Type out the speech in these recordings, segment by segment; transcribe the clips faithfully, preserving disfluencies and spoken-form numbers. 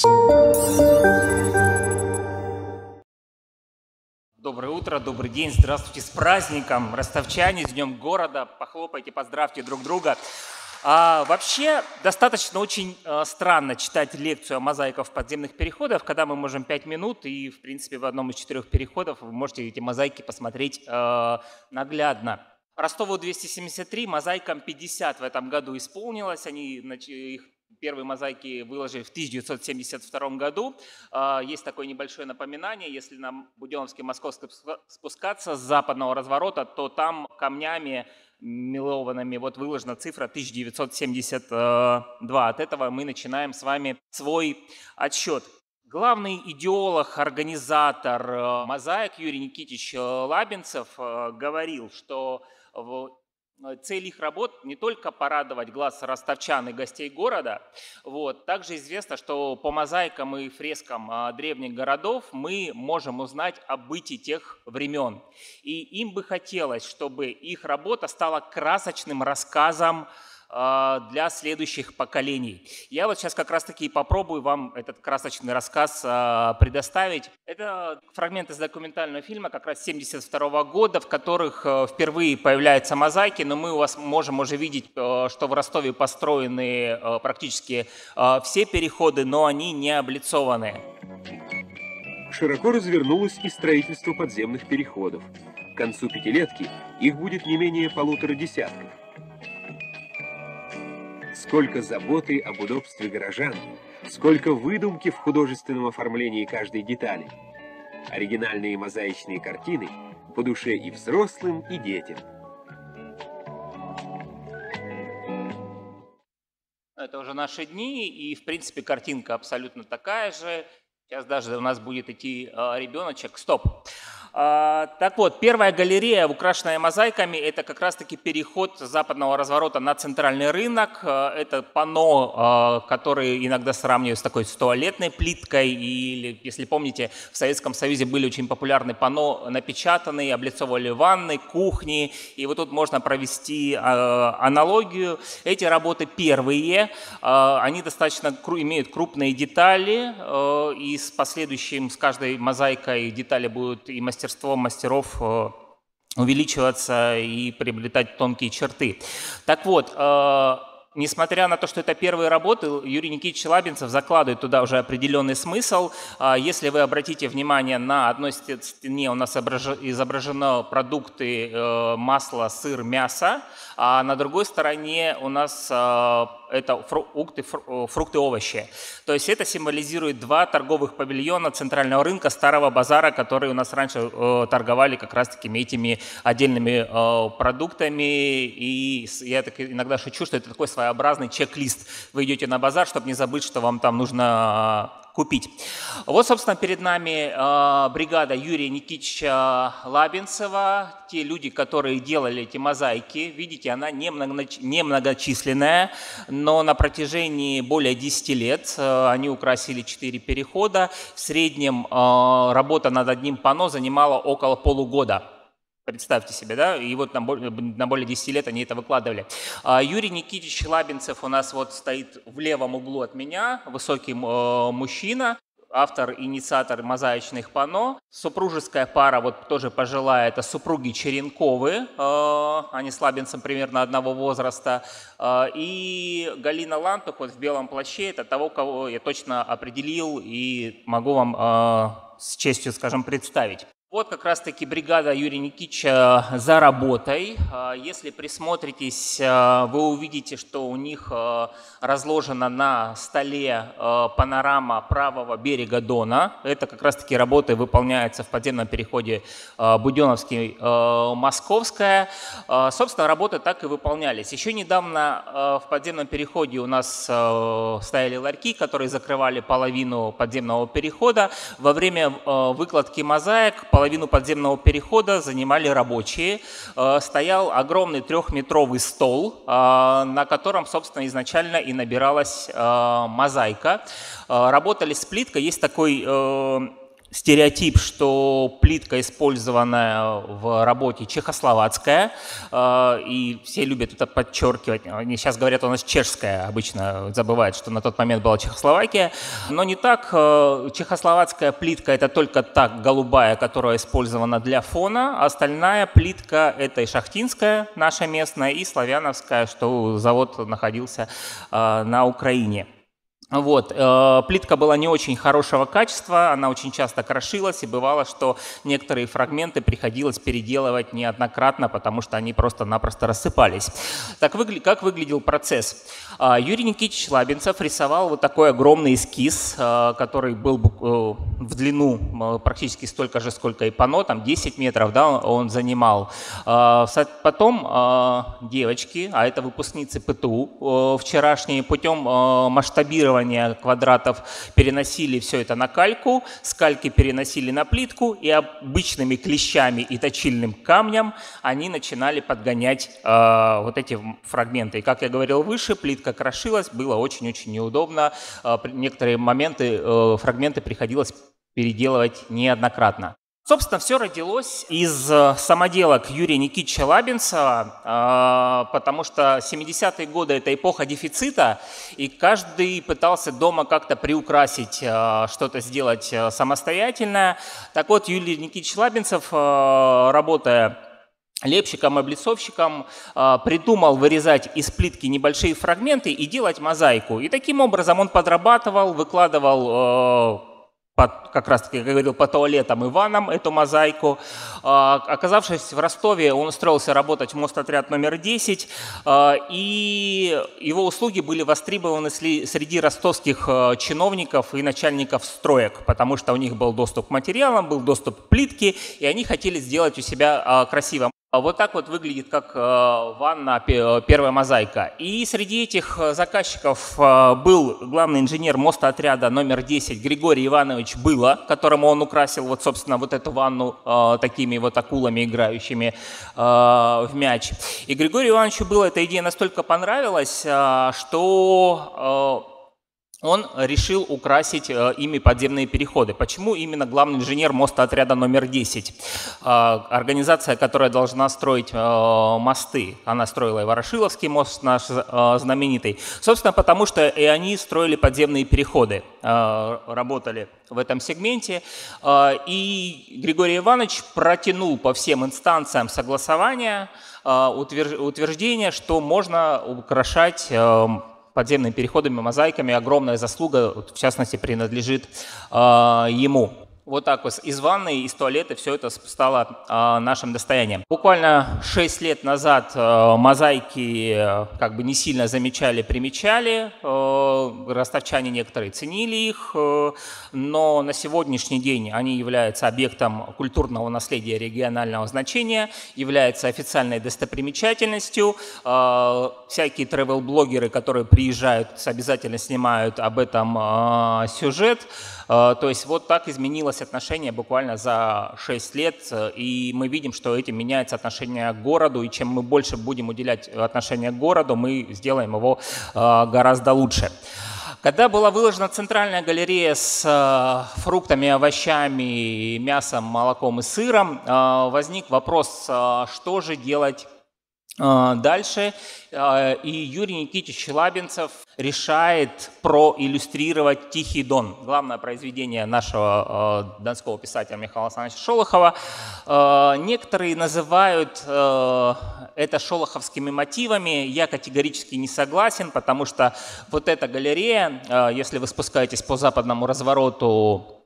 Доброе утро, добрый день, здравствуйте, с праздником, ростовчане, с Днем города, похлопайте, поздравьте друг друга. А, вообще, достаточно очень а, странно читать лекцию о мозаиках подземных переходов, когда мы можем пять минут, и, в принципе, в одном из четырех переходов вы можете эти мозаики посмотреть а, наглядно. Ростову двести семьдесят три, мозаикам пятьдесят в этом году исполнилось, они, их первые мозаики выложили в тысяча девятьсот семьдесят втором году. Есть такое небольшое напоминание, если на Буденновский Московский спускаться с западного разворота, то там камнями мелованными вот выложена цифра тысяча девятьсот семьдесят два. От этого мы начинаем с вами свой отсчет. Главный идеолог, организатор мозаик Юрий Никитич Лабинцев говорил, что цель их работ не только порадовать глаз ростовчан и гостей города, вот, также известно, что по мозаикам и фрескам древних городов мы можем узнать о бытии тех времен. И им бы хотелось, чтобы их работа стала красочным рассказом для следующих поколений. Я вот сейчас как раз-таки попробую вам этот красочный рассказ предоставить. Это фрагмент из документального фильма как раз семьдесят второго года, в которых впервые появляются мозаики, но мы у вас можем уже видеть, что в Ростове построены практически все переходы, но они не облицованы. Широко развернулось и строительство подземных переходов. К концу пятилетки их будет не менее полутора десятков. Сколько заботы об удобстве горожан, сколько выдумки в художественном оформлении каждой детали. Оригинальные мозаичные картины по душе и взрослым, и детям. Это уже наши дни, и в принципе картинка абсолютно такая же. Сейчас даже у нас будет идти ребеночек. Стоп. Так вот, первая галерея, украшенная мозаиками, это как раз-таки переход с западного разворота на центральный рынок. Это панно, которые иногда сравнивают с такой с туалетной плиткой. Или, если помните, в Советском Союзе были очень популярны панно напечатанные, облицовывали ванны, кухни. И вот тут можно провести аналогию. Эти работы первые, они достаточно имеют крупные детали. И с последующим, с каждой мозаикой детали будут и мастерство мастеров увеличиваться и приобретать тонкие черты. Так вот, несмотря на то, что это первые работы, Юрий Никитич Лабинцев закладывает туда уже определенный смысл. Если вы обратите внимание, на одной стене у нас изображены продукты масло, сыр, мясо, а на другой стороне у нас это фрукты, фрукты, овощи. То есть это символизирует два торговых павильона центрального рынка, старого базара, которые у нас раньше торговали как раз-таки этими отдельными продуктами. И я так иногда шучу, что это такой своеобразный чек-лист. Вы идете на базар, чтобы не забыть, что вам там нужно купить. Вот, собственно, перед нами э, бригада Юрия Никитича Лабинцева, те люди, которые делали эти мозаики. Видите, она немногочисленная, но на протяжении более десяти лет э, они украсили четыре перехода. В среднем э, работа над одним панно занимала около полугода. Представьте себе, да, и вот на более, на более десяти лет они это выкладывали. Юрий Никитич Лабинцев у нас вот стоит в левом углу от меня, высокий э, мужчина, автор, инициатор мозаичных панно. Супружеская пара, вот тоже пожилая, это супруги Черенковы, э, они с Лабинцем примерно одного возраста. Э, и Галина Лантух вот в белом плаще, это того, кого я точно определил и могу вам э, с честью, скажем, представить. Вот как раз-таки бригада Юрия Никитича за работой. Если присмотритесь, вы увидите, что у них разложена на столе панорама правого берега Дона. Это как раз-таки работы выполняются в подземном переходе Буденновский-Московская. Собственно, работы так и выполнялись. Еще недавно в подземном переходе у нас стояли ларьки, которые закрывали половину подземного перехода. Во время выкладки мозаик половину подземного перехода занимали рабочие. Стоял огромный трехметровый стол, на котором, собственно, изначально и набиралась мозаика. Работали с плиткой. Есть такой стереотип, что плитка, использованная в работе, чехословацкая, и все любят это подчеркивать. Они сейчас говорят, у нас чешская, обычно забывают, что на тот момент была Чехословакия. Но не так. Чехословацкая плитка — это только та голубая, которая использована для фона. Остальная плитка — это и шахтинская, наша местная, и славяновская, что завод находился на Украине. Вот. Плитка была не очень хорошего качества, она очень часто крошилась, и бывало, что некоторые фрагменты приходилось переделывать неоднократно, потому что они просто-напросто рассыпались. Так выгля... Как выглядел процесс? Юрий Никитич Лабинцев рисовал вот такой огромный эскиз, который был в длину практически столько же, сколько и панно, там десять метров, да, он занимал. Потом девочки, а это выпускницы ПТУ вчерашние, путем масштабирования квадратов переносили все это на кальку, с кальки переносили на плитку, и обычными клещами и точильным камнем они начинали подгонять э, вот эти фрагменты. И, как я говорил выше, плитка крошилась, было очень-очень неудобно. Э, некоторые моменты, э, фрагменты приходилось переделывать неоднократно. Собственно, все родилось из самоделок Юрия Никитича Лабинцева, потому что семидесятые годы – это эпоха дефицита, и каждый пытался дома как-то приукрасить, что-то сделать самостоятельно. Так вот, Юрий Никитич Лабинцев, работая лепщиком, облицовщиком, придумал вырезать из плитки небольшие фрагменты и делать мозаику. И таким образом он подрабатывал, выкладывал По, как раз таки, как я говорил, по туалетам и ваннам эту мозаику. Оказавшись в Ростове, он устроился работать в мостотряд номер десять, и его услуги были востребованы среди ростовских чиновников и начальников строек, потому что у них был доступ к материалам, был доступ к плитке, и они хотели сделать у себя красиво. Вот так вот выглядит как ванна, первая мозаика. И среди этих заказчиков был главный инженер мостоотряда номер десять Григорий Иванович Было, которому он украсил вот, собственно, вот эту ванну такими вот акулами, играющими в мяч. И Григорию Ивановичу Было эта идея настолько понравилась, что он решил украсить ими подземные переходы. Почему именно главный инженер мостоотряда номер десять? Организация, которая должна строить мосты. Она строила и Ворошиловский мост наш знаменитый. Собственно, потому что и они строили подземные переходы, работали в этом сегменте. И Григорий Иванович протянул по всем инстанциям согласования, утверждения, что можно украшать подземными переходами, мозаиками. Огромная заслуга, в частности, принадлежит э, ему. Вот так вот из ванной, из туалета все это стало э, нашим достоянием. Буквально шесть лет назад э, мозаики э, как бы не сильно замечали, примечали. Э, ростовчане некоторые ценили их, э, но на сегодняшний день они являются объектом культурного наследия регионального значения, являются официальной достопримечательностью. Э, всякие travel-блогеры, которые приезжают, обязательно снимают об этом э, сюжет. Э, то есть вот так изменилось отношение буквально за шесть лет, и мы видим, что этим меняется отношение к городу, и чем мы больше будем уделять отношение к городу, мы сделаем его гораздо лучше. Когда была выложена центральная галерея с фруктами, овощами, мясом, молоком и сыром, возник вопрос, что же делать дальше, и Юрий Никитич Лабинцев решает проиллюстрировать «Тихий Дон», главное произведение нашего донского писателя Михаила Александровича Шолохова. Некоторые называют это шолоховскими мотивами, я категорически не согласен, потому что вот эта галерея, если вы спускаетесь по западному развороту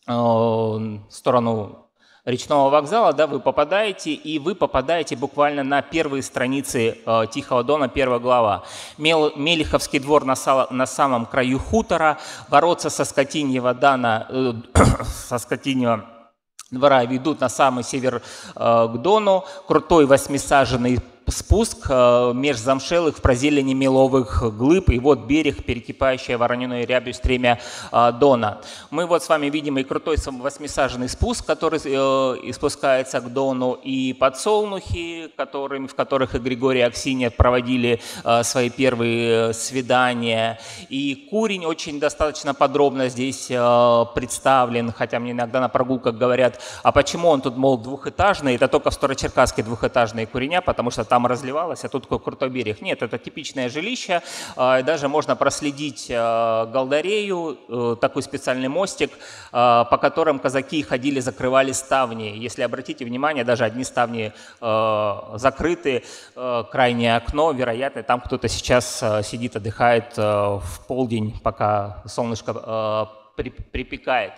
в сторону речного вокзала, да, вы попадаете, и вы попадаете буквально на первые страницы э, «Тихого Дона», первая глава. Мел, Мелиховский двор на, сал, на самом краю хутора, воротца со Скотиньего Дана, э, со Скотиньего двора ведут на самый север э, к Дону, крутой восьмисаженный спуск межзамшелых в прозелени меловых глыб, и вот берег, перекипающая вороненой рябью стремя Дона. Мы вот с вами видим и крутой восьмисаженный спуск, который спускается к Дону, и подсолнухи, которыми, в которых и Григорий, и Аксинья проводили свои первые свидания, и курень очень достаточно подробно здесь представлен, хотя мне иногда на прогулках говорят, а почему он тут, мол, двухэтажный, это только в Старочеркасске двухэтажные куреня, потому что там разливалось, а тут такой крутой берег. Нет, это типичное жилище, даже можно проследить Галдарею, такой специальный мостик, по которым казаки ходили, закрывали ставни. Если обратите внимание, даже одни ставни закрыты, крайнее окно, вероятно, там кто-то сейчас сидит, отдыхает в полдень, пока солнышко припекает.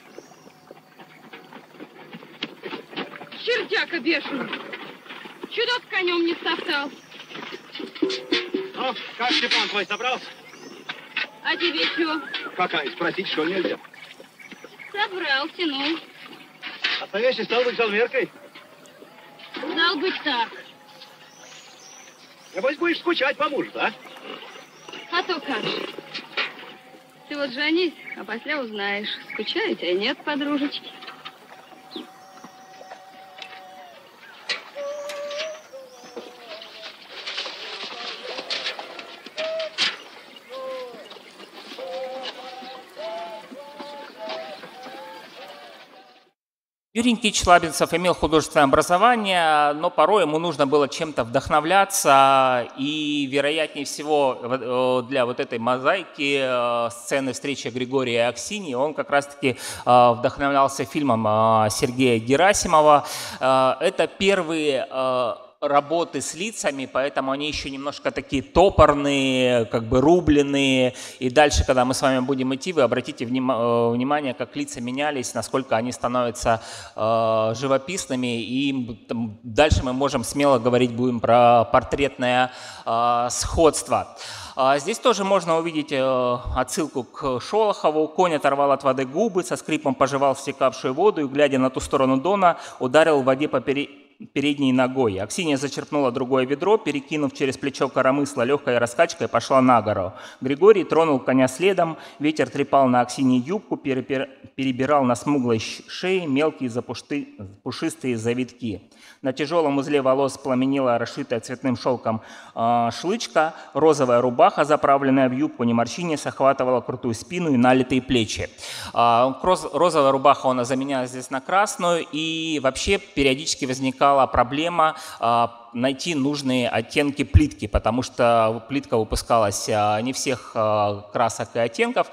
Чертяка бешеный! Чудо с конем не стоптал. Ну, как Степан твой собрался? А тебе что? Какая? Спросить, что нельзя? Собрался, ну. А Совещи стал быть жалверкой? Стал быть так. Небось, будешь скучать по мужу, да? А то как же. Ты вот женись, а после узнаешь, скучаете, а нет, подружечки. Юрий Никитич Лабинцев имел художественное образование, но порой ему нужно было чем-то вдохновляться, и, вероятнее всего, для вот этой мозаики сцены встречи Григория и Аксиньи он как раз-таки вдохновлялся фильмом Сергея Герасимова. Это первые работы с лицами, поэтому они еще немножко такие топорные, как бы рубленые. И дальше, когда мы с вами будем идти, вы обратите внимание, как лица менялись, насколько они становятся э, живописными. И там, дальше мы можем смело говорить будем про портретное э, сходство. Здесь тоже можно увидеть отсылку к Шолохову. Конь оторвал от воды губы, со скрипом пожевал стекавшую воду и, глядя на ту сторону Дона, ударил в воде по передней ногой. Аксинья зачерпнула другое ведро, перекинув через плечо коромысла, легкой раскачкой пошла на гору. Григорий тронул коня следом, ветер трепал на Аксиньи юбку, перебирал на смуглой шее мелкие пушистые завитки. На тяжелом узле волос пламенела расшитая цветным шелком э, шлычка, розовая рубаха, заправленная в юбку, не морщинясь, охватывала крутую спину и налитые плечи. Э, розовая рубаха, она заменялась здесь на красную, и вообще периодически возникала проблема э, найти нужные оттенки плитки, потому что плитка выпускалась не всех красок и оттенков,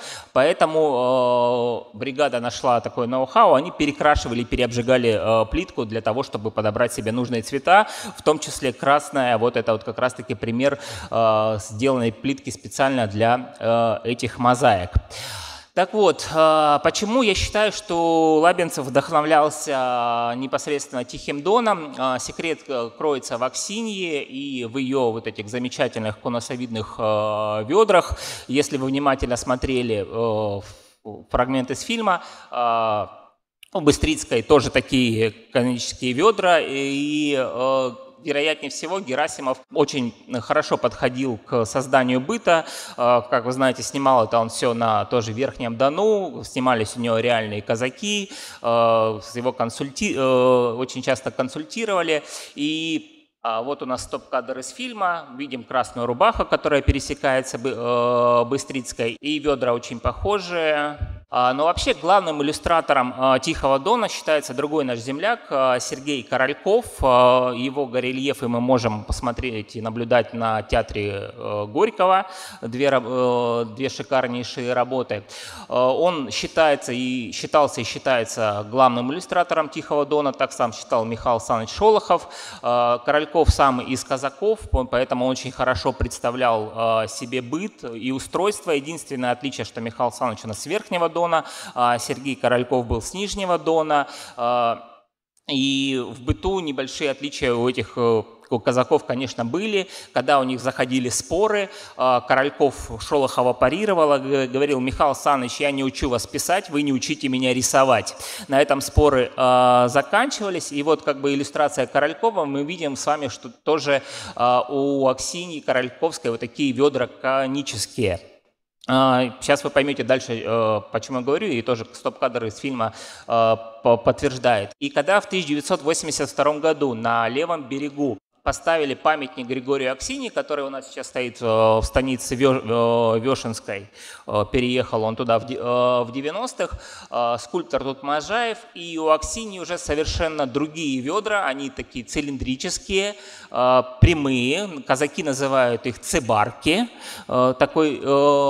поэтому бригада нашла такой ноу-хау, они перекрашивали, переобжигали плитку для того, чтобы подобрать себе нужные цвета, в том числе красная, вот это вот как раз-таки пример сделанной плитки специально для этих мозаик. Так вот, почему я считаю, что Лабинцев вдохновлялся непосредственно Тихим Доном? Секрет кроется в Аксинье и в ее вот этих замечательных конусовидных ведрах. Если вы внимательно смотрели фрагмент из фильма, у Быстрицкой тоже такие канонические ведра, и вероятнее всего, Герасимов очень хорошо подходил к созданию быта. Как вы знаете, снимал это он все на тоже Верхнем Дону, снимались у него реальные казаки, его консульти... очень часто консультировали. И вот у нас стоп-кадр из фильма, видим красную рубаху, которая пересекается Быстрицкой, и ведра очень похожие. Но вообще главным иллюстратором Тихого Дона считается другой наш земляк Сергей Корольков. Его горельефы мы можем посмотреть и наблюдать на театре Горького. Две, две шикарнейшие работы. Он считается и считался и считается главным иллюстратором Тихого Дона, так сам считал Михаил Александрович Шолохов. Корольков сам из казаков, поэтому он очень хорошо представлял себе быт и устройство. Единственное отличие, что Михаил Александрович у нас с Верхнего Дона, Сергей Корольков был с Нижнего Дона, и в быту небольшие отличия у этих у казаков, конечно, были, когда у них заходили споры, Корольков Шолохова парировал, говорил: Михаил Саныч, я не учу вас писать, вы не учите меня рисовать. На этом споры заканчивались, и вот как бы иллюстрация Королькова, мы видим с вами, что тоже у Аксиньи Корольковской вот такие ведра конические. Сейчас вы поймете дальше, почему я говорю, и тоже стоп-кадр из фильма подтверждает. И когда в тысяча девятьсот восемьдесят втором году на левом берегу поставили памятник Григорию Аксиньи, который у нас сейчас стоит в станице Вешенской, переехал он туда в девяностых, скульптор тут Можаев, и у Аксиньи уже совершенно другие ведра, они такие цилиндрические, прямые, казаки называют их цибарки такой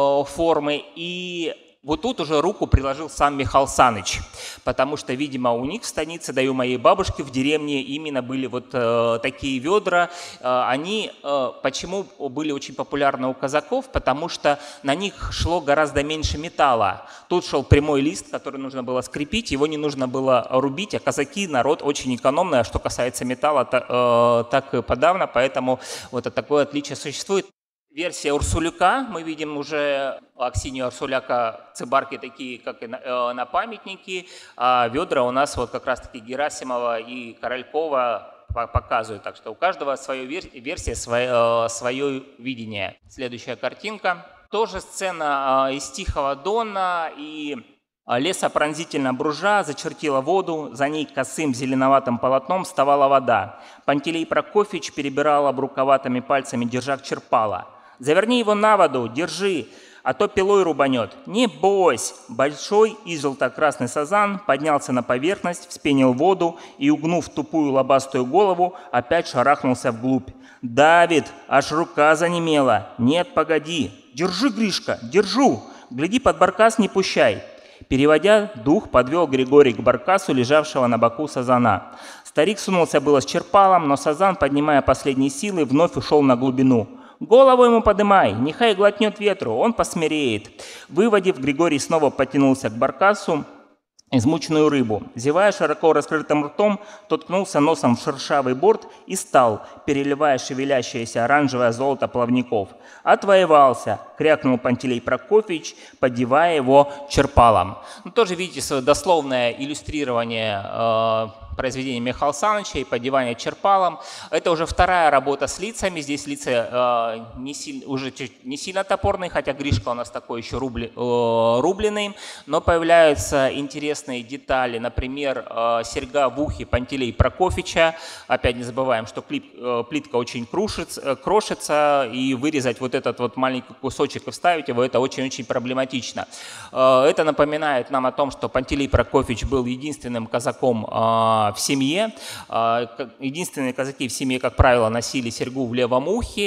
формы, и вот тут уже руку приложил сам Михаил Саныч, потому что, видимо, у них в станице, да и у моей бабушки в деревне именно были вот э, такие ведра. Э, они э, почему были очень популярны у казаков? Потому что на них шло гораздо меньше металла. Тут шел прямой лист, который нужно было скрепить, его не нужно было рубить, а казаки народ очень экономный, а что касается металла, то, э, так и подавно, поэтому вот такое отличие существует. Версия Урсуляка, мы видим уже Аксинью Урсуляка, цибарки такие, как и на, э, на памятнике, а ведра у нас вот как раз-таки Герасимова и Королькова показывают. Так что у каждого своя версия, свое, э, свое видение. Следующая картинка. Тоже сцена э, из Тихого Дона, и леса пронзительно бружа зачертила воду, за ней косым зеленоватым полотном вставала вода. Пантелей Прокофьевич перебирал обруковатыми пальцами держак черпала. «Заверни его на воду, держи, а то пилой рубанет». «Не бойся!» Большой и желто-красный сазан поднялся на поверхность, вспенил воду и, угнув тупую лобастую голову, опять шарахнулся вглубь. «Давид, аж рука занемела!» «Нет, погоди!» «Держи, Гришка, держу! Гляди, под баркас не пущай!» Переводя дух, подвел Григорий к баркасу, лежавшего на боку сазана. Старик сунулся было с черпалом, но сазан, поднимая последние силы, вновь ушел на глубину. «Голову ему подымай, нехай глотнет ветру, он посмиреет». Выводив, Григорий снова потянулся к баркасу, измученную рыбу. Зевая широко раскрытым ртом, тот ткнулся носом в шершавый борт и стал, переливая шевелящееся оранжевое золото плавников. «Отвоевался!» — крякнул Пантелей Прокофьевич, поддевая его черпалом. Ну, тоже видите дословное иллюстрирование э, произведения Михаила Саныча и поддевание черпалом. Это уже вторая работа с лицами. Здесь лица э, не силь, уже не сильно топорные, хотя Гришка у нас такой еще рубли, э, рубленый, но появляются интересные детали. Например, э, серьга в ухе Пантелей Прокофьевича. Опять не забываем, что клип, э, плитка очень крушится, крошится, и вырезать вот этот вот маленький кусочек и вставить его, это очень-очень проблематично. Э, это напоминает нам о том, что Пантелей Прокофьевич был единственным казаком э, в семье. Единственные казаки в семье, как правило, носили серьгу в левом ухе.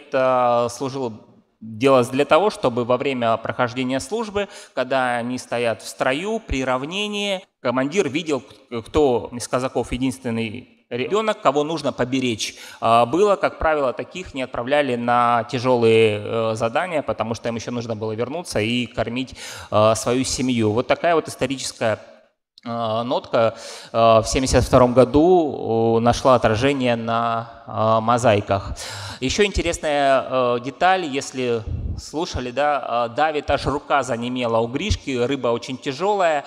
Это служило делалось для того, чтобы во время прохождения службы, когда они стоят в строю, при равнении, командир видел, кто из казаков единственный ребенок, кого нужно поберечь. Было, как правило, таких не отправляли на тяжелые задания, потому что им еще нужно было вернуться и кормить свою семью. Вот такая вот историческая нотка в семьдесят втором году нашла отражение на мозаиках. Еще интересная деталь, если слушали, да, Давид аж рука занемела у Гришки, рыба очень тяжелая.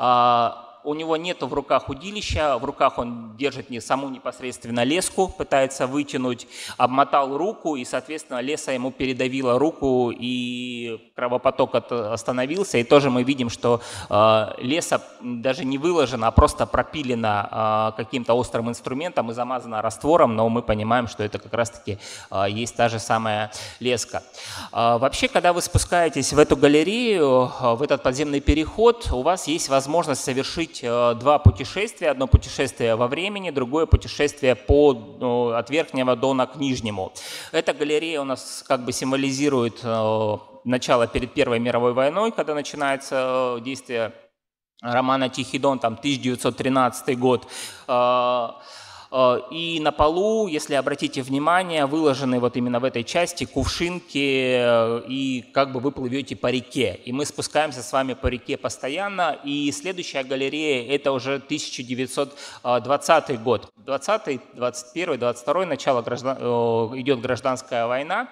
У него нет в руках удилища, в руках он держит не саму непосредственно леску, пытается вытянуть, обмотал руку, и, соответственно, леса ему передавила руку, и кровопоток остановился. И тоже мы видим, что э, леса даже не выложена, а просто пропилена э, каким-то острым инструментом и замазана раствором, но мы понимаем, что это как раз-таки э, есть та же самая леска. Э, вообще, когда вы спускаетесь в эту галерею, в этот подземный переход, у вас есть возможность совершить два путешествия. Одно путешествие во времени, другое путешествие по, ну, от Верхнего Дона к Нижнему. Эта галерея у нас как бы символизирует э, начало перед Первой мировой войной, когда начинается э, действие романа «Тихий Дон», там тысяча девятьсот тринадцатый год. Э, И на полу, если обратите внимание, выложены вот именно в этой части кувшинки, и как бы вы плывете по реке. И мы спускаемся с вами по реке постоянно. И следующая галерея – это уже тысяча девятьсот двадцатый год. двадцатый, двадцать первый, двадцать второй, начало граждан... идет гражданская война.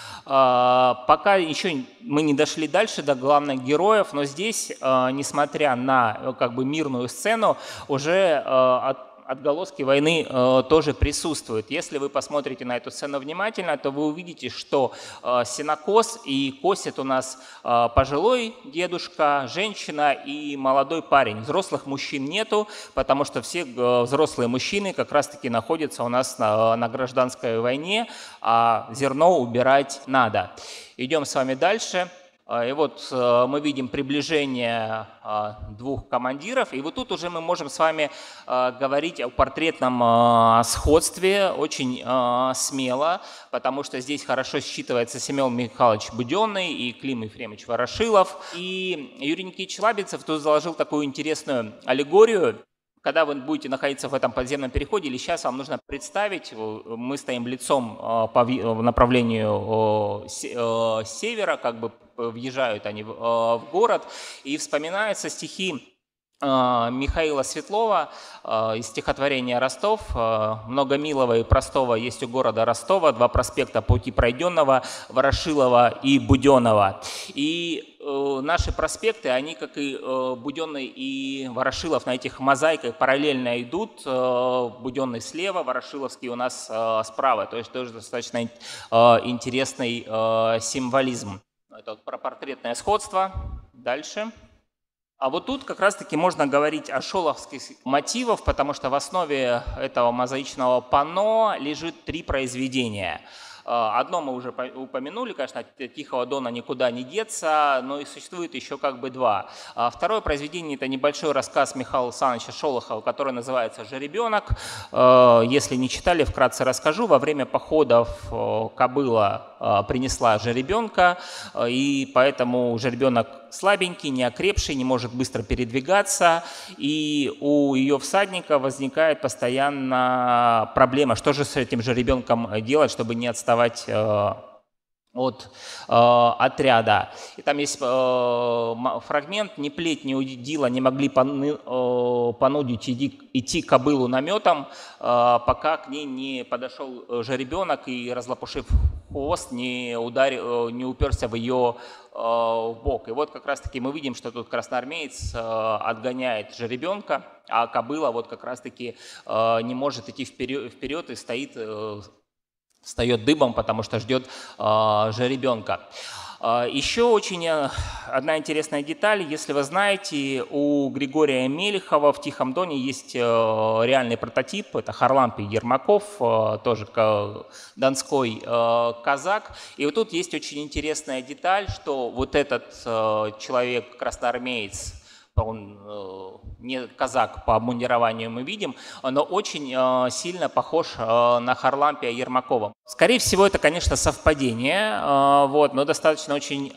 Пока еще мы не дошли дальше до главных героев, но здесь, несмотря на как бы мирную сцену, уже от отголоски войны э, тоже присутствуют. Если вы посмотрите на эту сцену внимательно, то вы увидите, что э, сенокос и косит у нас э, пожилой дедушка, женщина и молодой парень. Взрослых мужчин нету, потому что все э, взрослые мужчины как раз-таки находятся у нас на, на гражданской войне, а зерно убирать надо. Идем с вами дальше. И вот мы видим приближение двух командиров, и вот тут уже мы можем с вами говорить о портретном сходстве очень смело, потому что здесь хорошо считывается Семен Михайлович Буденный и Клим Ефремович Ворошилов. И Юрий Никитич Лабинцев тут заложил такую интересную аллегорию. Когда вы будете находиться в этом подземном переходе, или сейчас вам нужно представить, мы стоим лицом по направлению севера, как бы въезжают они в город, и вспоминаются стихи Михаила Светлова из стихотворения «Ростов». «Много милого и простого есть у города Ростова, два проспекта пути пройденного, Ворошилова и Буденного». И наши проспекты, они, как и Буденный и Ворошилов, на этих мозаиках параллельно идут. Буденный слева, Ворошиловский у нас справа. То есть тоже достаточно интересный символизм. Это вот про портретное сходство. Дальше. А вот тут как раз-таки можно говорить о шолоховских мотивах, потому что в основе этого мозаичного панно лежит три произведения. Одно мы уже упомянули, конечно, от «Тихого дона» никуда не деться, но и существует еще как бы два. Второе произведение – это небольшой рассказ Михаила Александровича Шолохова, который называется «Жеребенок». Если не читали, вкратце расскажу. Во время походов кобыла принесла жеребенка, и поэтому жеребенок слабенький, не окрепший, не может быстро передвигаться, и у ее всадника возникает постоянно проблема, что же с этим жеребенком делать, чтобы не отставать э, от э, отряда. И там есть э, фрагмент: «Ни плеть, ни удила не могли поны, э, понудить иди, идти кобылу наметом, э, пока к ней не подошел жеребенок и, разлопушив хвост, не, ударил, не уперся в ее э, в бок». И вот как раз-таки мы видим, что тут красноармеец э, отгоняет жеребенка, а кобыла вот как раз-таки э, не может идти вперед, вперед и стоит, э, встает дыбом, потому что ждет э, жеребенка. Еще очень одна интересная деталь. Если вы знаете, у Григория Мелехова в «Тихом доне» есть реальный прототип. Это Харлампий Ермаков, тоже донской казак. И вот тут есть очень интересная деталь, что вот этот человек, красноармеец, он не казак по обмундированию мы видим, но очень сильно похож на Харлампия Ермакова. Скорее всего, это, конечно, совпадение, вот, но достаточно очень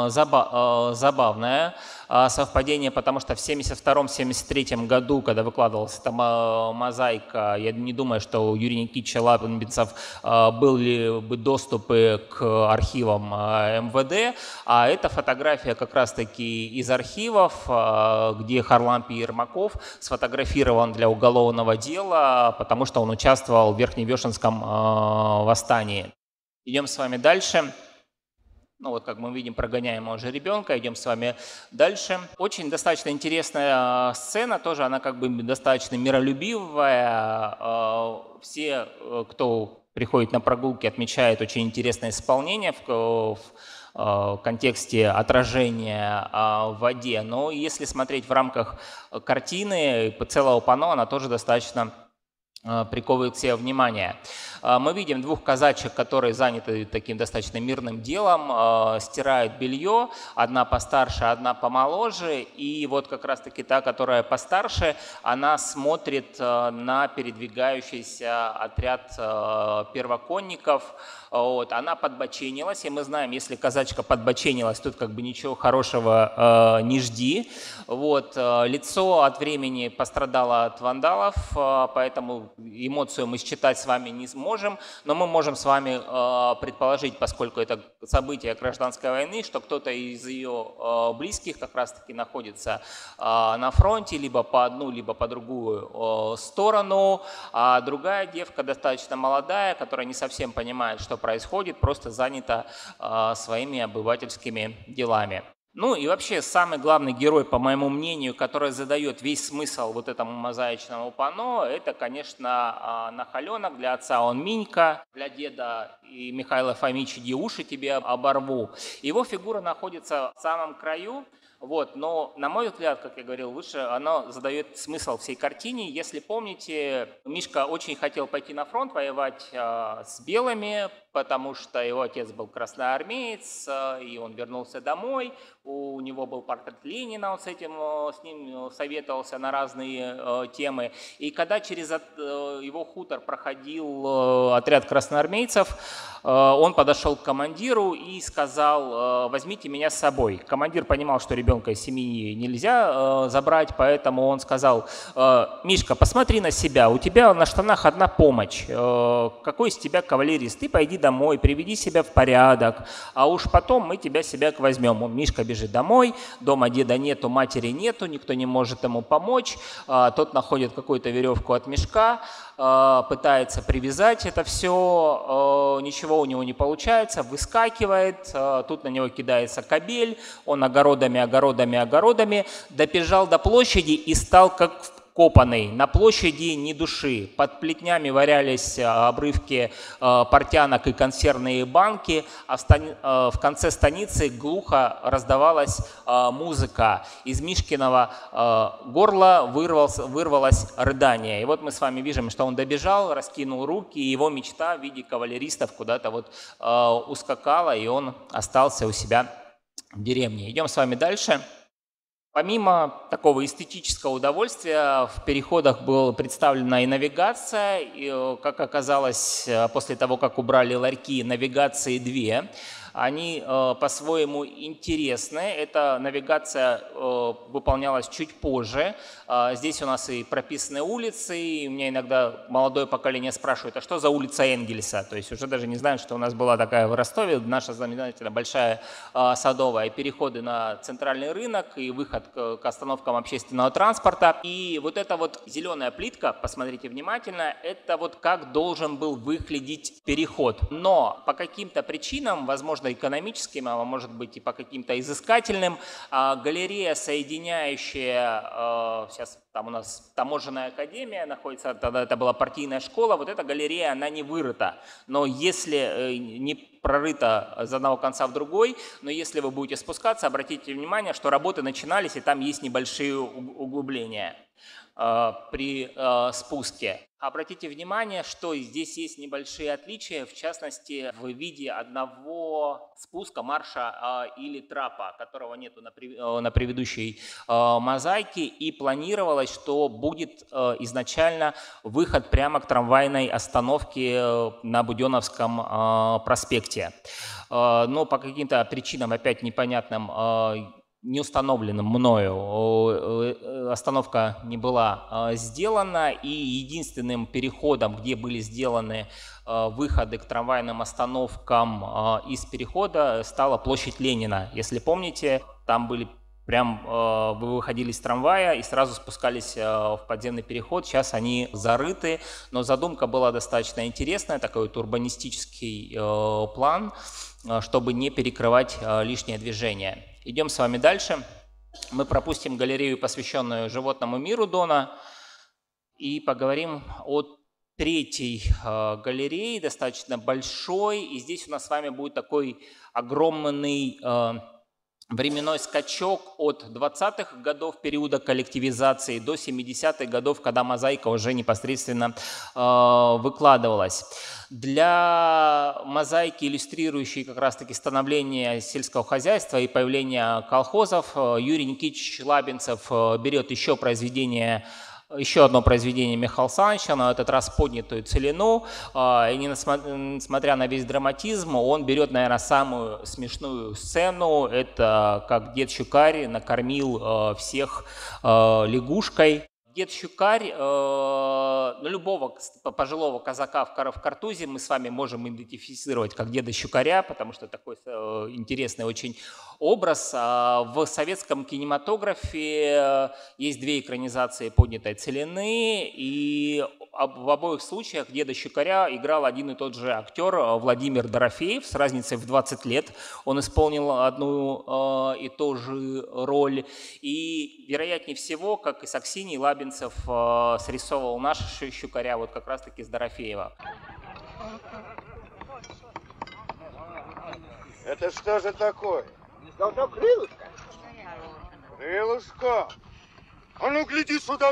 забавное совпадение, потому что в семьдесят втором — семьдесят третьем году, когда выкладывалась эта мозаика, я не думаю, что у Юрия Никитича Лабинцев были бы доступы к архивам эм вэ дэ, а эта фотография как раз-таки из архивов, где Харлампий Ермаков сфотографирован для уголовного дела, потому что он участвовал в Верхневешенском восстании. Идем с вами дальше. Ну вот, как мы видим, прогоняемого жеребенка. Идем с вами дальше. Очень достаточно интересная сцена, тоже она как бы достаточно миролюбивая. Все, кто приходит на прогулки, отмечают очень интересное исполнение в, в контексте отражения в воде. Но если смотреть в рамках картины, целого панно, она тоже достаточно приковывает к себе внимание. Мы видим двух казачек, которые заняты таким достаточно мирным делом, стирают белье, одна постарше, одна помоложе, и вот как раз-таки та, которая постарше, она смотрит на передвигающийся отряд первоконников. Вот, она подбоченилась, и мы знаем, если казачка подбоченилась, тут как бы ничего хорошего э, не жди. Вот, э, лицо от времени пострадало от вандалов, э, поэтому эмоцию мы считать с вами не сможем, но мы можем с вами э, предположить, поскольку это событие гражданской войны, что кто-то из ее э, близких как раз-таки находится э, на фронте, либо по одну, либо по другую э, сторону, а другая девка достаточно молодая, которая не совсем понимает, что происходит, просто занята э, своими обывательскими делами. Ну и вообще самый главный герой, по моему мнению, который задает весь смысл вот этому мозаичному панно, это, конечно, Нахаленок. Для отца он Минька, для деда и Михаила Фомич иди уши тебе оборву. Его фигура находится в самом краю. Вот, но, на мой взгляд, как я говорил выше, оно задает смысл всей картине. Если помните, Мишка очень хотел пойти на фронт воевать э, с белыми, потому что его отец был красноармеец, э, и он вернулся домой. У него был портрет Ленина, он с этим э, с ним советовался на разные э, темы. И когда через э, его хутор проходил э, отряд красноармейцев, э, он подошел к командиру и сказал: э, возьмите меня с собой. Командир понимал, что ребенка из семьи нельзя э, забрать, поэтому он сказал: э, Мишка, посмотри на себя, у тебя на штанах одна помощь, э, какой из тебя кавалерист, ты пойди домой, приведи себя в порядок, а уж потом мы тебя себя возьмем. Он, Мишка, бежит домой, дома деда нету, матери нету, никто не может ему помочь, э, тот находит какую-то веревку от мешка, э, пытается привязать это все, э, ничего у него не получается, выскакивает, э, тут на него кидается кобель, он огородами, огородами, огородами, добежал до площади и стал как вкопанный. На площади ни души. Под плетнями валялись обрывки э, портянок и консервные банки, а в, стани... э, в конце станицы глухо раздавалась э, музыка. Из Мишкиного э, горла вырвался, вырвалось рыдание. И вот мы с вами видим, что он добежал, раскинул руки, и его мечта в виде кавалеристов куда-то вот э, ускакала, и он остался у себя в деревне. Идем с вами дальше. Помимо такого эстетического удовольствия, в переходах была представлена и навигация. И, как оказалось, после того, как убрали ларьки, навигации две. Они э, по-своему интересны. Эта навигация э, выполнялась чуть позже. Э, здесь у нас и прописаны улицы, и у меня иногда молодое поколение спрашивает: а что за улица Энгельса? То есть уже даже не знают, что у нас была такая в Ростове, наша знаменательная большая э, Садовая, и переходы на центральный рынок, и выход к, к остановкам общественного транспорта. И вот эта вот зеленая плитка, посмотрите внимательно, это вот как должен был выглядеть переход. Но по каким-то причинам, возможно, экономическим, а может быть и по каким-то изыскательным, галерея, соединяющая, сейчас там у нас таможенная академия находится, тогда это была партийная школа, вот эта галерея, она не вырыта. Но если не прорыта с одного конца в другой, но если вы будете спускаться, обратите внимание, что работы начинались, и там есть небольшие углубления при спуске. Обратите внимание, что здесь есть небольшие отличия, в частности, в виде одного спуска, марша э, или трапа, которого нету на, при, э, на предыдущей э, мозаике, и планировалось, что будет э, изначально выход прямо к трамвайной остановке э, на Буденновском э, проспекте. Э, но по каким-то причинам, опять непонятным, э, не установленным мною, остановка не была сделана, и единственным переходом, где были сделаны выходы к трамвайным остановкам из перехода, стала площадь Ленина. Если помните, там были прям вы выходили из трамвая и сразу спускались в подземный переход. Сейчас они зарыты, но задумка была достаточно интересная, такой вот урбанистический план, чтобы не перекрывать лишнее движение. Идем с вами дальше. Мы пропустим галерею, посвященную животному миру Дона, и поговорим о третьей э, галерее, достаточно большой. И здесь у нас с вами будет такой огромный э, временной скачок от двадцатых годов периода коллективизации до семидесятых годов, когда мозаика уже непосредственно э, выкладывалась. Для мозаики, иллюстрирующей как раз-таки становление сельского хозяйства и появление колхозов, Юрий Никитич Лабинцев берет еще произведение, еще одно произведение Михаила Саныча, на этот раз поднятую целину, и несмотря на весь драматизм, он берет, наверное, самую смешную сцену, это как дед Щукарь накормил всех лягушкой. Дед Щукарь, э, ну, любого пожилого казака в, в картузе мы с вами можем идентифицировать как деда Щукаря, потому что такой э, интересный очень образ. А в советском кинематографе есть две экранизации «Поднятой целины», и в обоих случаях деда Щукаря играл один и тот же актер Владимир Дорофеев с разницей в двадцать лет. Он исполнил одну э, и ту же роль. И, вероятнее всего, как и с Аксиньей, Лабинцев э, срисовывал нашего Щукаря вот как раз-таки с Дорофеева. Это что же такое? Должно крылышко. Крылышко? А ну гляди сюда!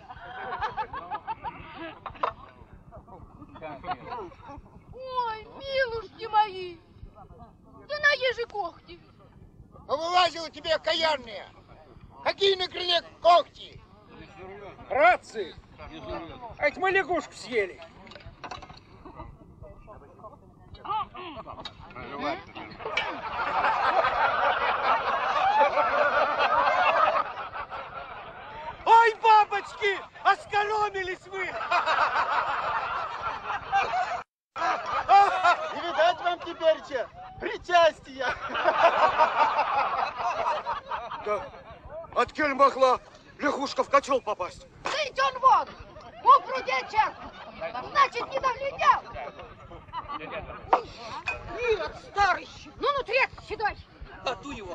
Ой, милушки мои! Да на ежи когти! Ну, вылазило тебе каянные! Какие на крыле когти? Братцы! А это мы лягушку съели. Ой, бабочки! Оскоромились вы! Не видать вам теперь причастия! Да, от кель могла лягушка в котел попасть? Да идь он вон! У прудечек! Значит, не доглядел! Ирод старый! Ну, ну, трец седой! Ату его!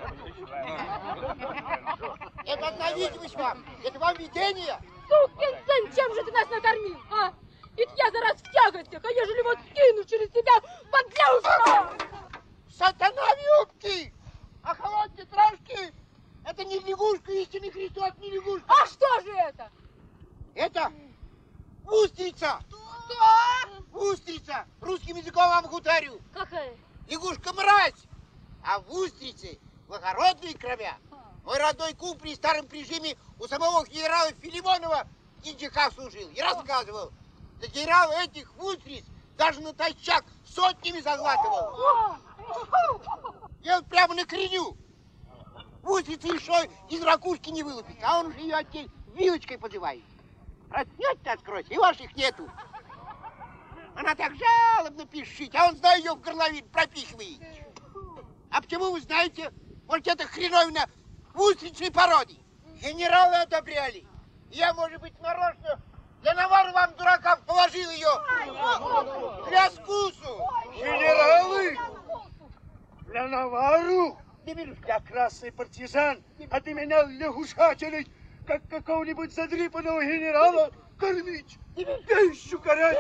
Это одна видимость вам! Это вам видение! Сукин сын, чем же ты нас накормил, а? Ведь я за раз в тягостях, а ежели вот кину через тебя подлюшку! Сатана в юбке! А холодные трошки! Это не лягушка, истинный Христос, не лягушка! А что же это? Это устрица! Что? Устрица! Русским языком вам гутарю! Какая? Лягушка-мразь! А в устрице благородные кровя! Мой родной кум при старом режиме у самого генерала Филимонова в Кинчаках служил и рассказывал. Да генерал этих устриц даже натощак сотнями заглатывал. Я вот прямо на кореню. Устрицы еще из ракушки не вылупить, а он уже ее отдель вилочкой подзывает. Проснете, откройте, и ваших нету. Она так жалобно пищит, а он, знаю, ее в горловину пропихивает. А почему вы знаете? Может, это хреновина в устричной породе. Генералы одобряли. Я, может быть, нарочно для навара вам, дуракам, положил ее для вкусу. Генералы! Для навару? Я красный партизан, а ты меня лягушачилить, как какого-нибудь задрипанного генерала кормить. Дай щукаря!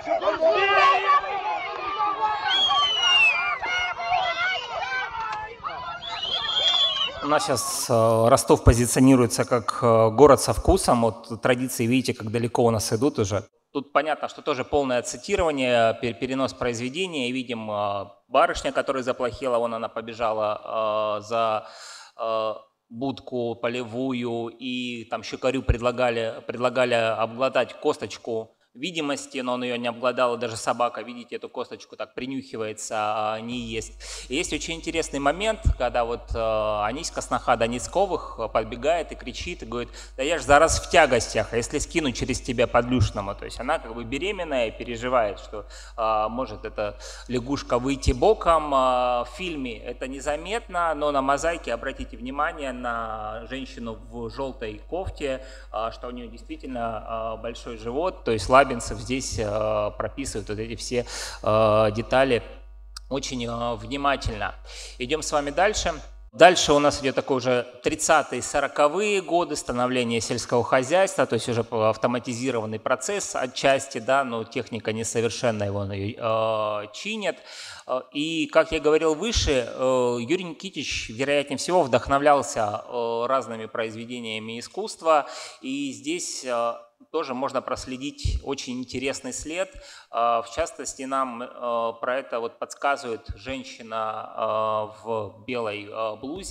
У нас сейчас Ростов позиционируется как город со вкусом. Вот традиции, видите, как далеко у нас идут уже. Тут понятно, что тоже полное цитирование, перенос произведения. И видим барышня, которая заплохела, вон она побежала за будку полевую, и там Щукарю предлагали, предлагали обглодать косточку видимости, но он ее не обглодал, и даже собака, видите, эту косточку так принюхивается, а не ест. И есть очень интересный момент, когда вот э, Аниська, сноха Даницковых, подбегает и кричит, и говорит: да я ж зараз в тягостях, а если скину через тебя подлюшному? То есть она как бы беременная и переживает, что э, может эта лягушка выйти боком. Э, в фильме это незаметно, но на мозаике обратите внимание на женщину в желтой кофте, э, что у нее действительно э, большой живот, то есть Лабинцев здесь э, прописывает вот эти все э, детали очень э, внимательно. Идем с вами дальше. Дальше у нас идет такой уже тридцатые сороковые годы, становление сельского хозяйства, то есть уже автоматизированный процесс отчасти, да, но техника несовершенна, его э, чинят. И, как я говорил выше, э, Юрий Никитич, вероятнее всего, вдохновлялся э, разными произведениями искусства, и здесь э, тоже можно проследить очень интересный след. В частности, нам про это вот подсказывает женщина в белой блузе,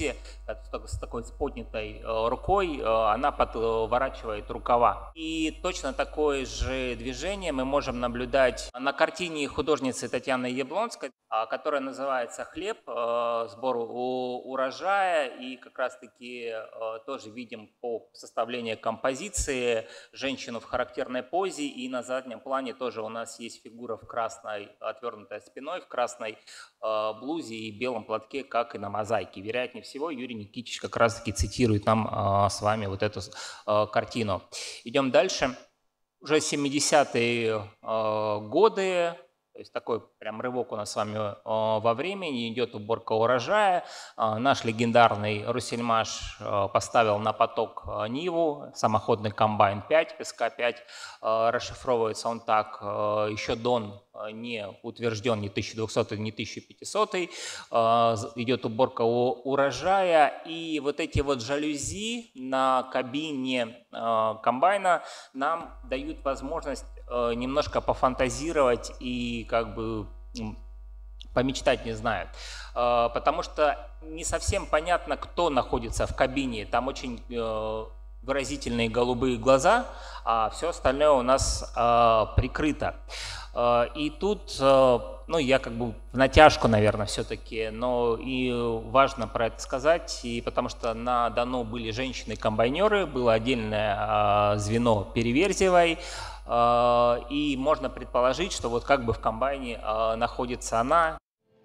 с такой с поднятой рукой, она подворачивает рукава. И точно такое же движение мы можем наблюдать на картине художницы Татьяны Яблонской, которая называется «Хлеб», сбор урожая. И как раз-таки тоже видим по составлению композиции женщину в характерной позе. И на заднем плане тоже у нас есть фигура в красной, отвернутой спиной, в красной блузе и белом платке, как и на мозаике. Вероятнее всего, Юрий Никитич как раз-таки цитирует нам а, с вами вот эту а, картину. Идем дальше. Уже семидесятые а, годы, то есть такой прям рывок у нас с вами а, во времени, идет уборка урожая. А, наш легендарный Руссельмаш а, поставил на поток а, Ниву, самоходный комбайн пять, эс ка пять. А, расшифровывается он так: а, еще Дон не утвержден, ни тысяча двухсотый, ни тысяча пятисотый, идет уборка урожая, и вот эти вот жалюзи на кабине комбайна нам дают возможность немножко пофантазировать и как бы помечтать, не знаю, потому что не совсем понятно, кто находится в кабине, там очень выразительные голубые глаза, а все остальное у нас прикрыто. И тут, ну, я как бы в натяжку, наверное, все-таки, но и важно про это сказать, и потому что на Дону были женщины-комбайнеры, было отдельное звено Переверзевой, и можно предположить, что вот как бы в комбайне находится она.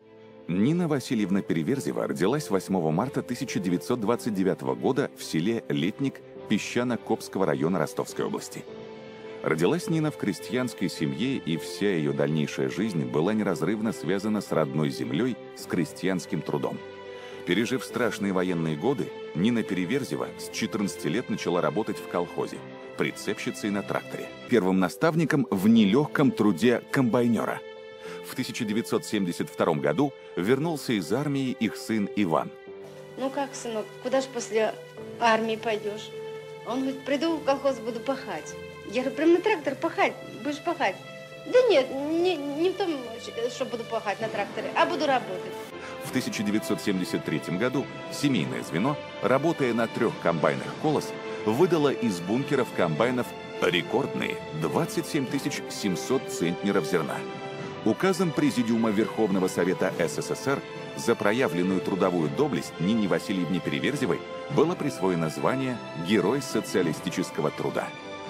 Нина Васильевна Переверзева родилась восьмого марта тысяча девятьсот двадцать девятого года в селе Летник Песчано-Копского района Ростовской области. Родилась Нина в крестьянской семье, и вся ее дальнейшая жизнь была неразрывно связана с родной землей, с крестьянским трудом. Пережив страшные военные годы, Нина Переверзева с четырнадцати лет начала работать в колхозе, прицепщицей на тракторе, первым наставником в нелегком труде комбайнера. В тысяча девятьсот семьдесят втором году вернулся из армии их сын Иван. Ну как, сынок, куда ж после армии пойдешь? Он говорит, приду в колхоз, буду пахать. Я говорю, прям на трактор пахать, будешь пахать? Да нет, не, не в том, что буду пахать на тракторе, а буду работать. В тысяча девятьсот семьдесят третьем году семейное звено, работая на трех комбайнах «Колос», выдало из бункеров комбайнов рекордные двадцать семь тысяч семьсот центнеров зерна. Указом Президиума Верховного Совета эс эс эс эр за проявленную трудовую доблесть Нине Васильевне Переверзевой было присвоено звание «Герой социалистического труда».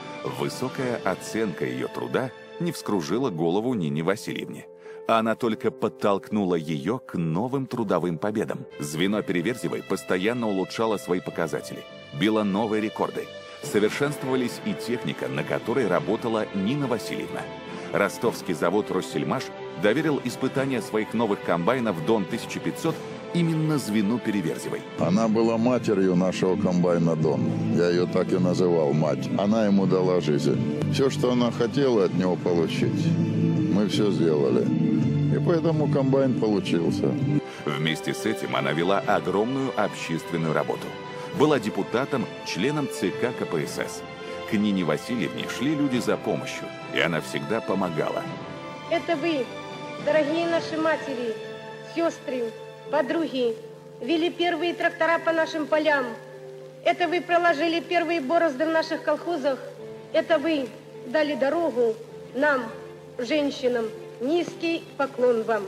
Высокая оценка ее труда не вскружила голову Нине Васильевне. Она только подтолкнула ее к новым трудовым победам. Звено Переверзевой постоянно улучшало свои показатели, било новые рекорды. Совершенствовались и техника, на которой работала Нина Васильевна. Ростовский завод «Россельмаш» доверил испытания своих новых комбайнов Дон тысяча пятьсот именно звену Переверзевой. Она была матерью нашего комбайна Дон. Я ее так и называл, мать. Она ему дала жизнь. Все, что она хотела от него получить, мы все сделали. И поэтому комбайн получился. Вместе с этим она вела огромную общественную работу. Была депутатом, членом ЦК ка пэ эс эс. К Нине Васильевне шли люди за помощью, и она всегда помогала. Это вы, дорогие наши матери, сестры, подруги, вели первые трактора по нашим полям. Это вы проложили первые борозды в наших колхозах. Это вы дали дорогу нам, женщинам. Низкий поклон вам.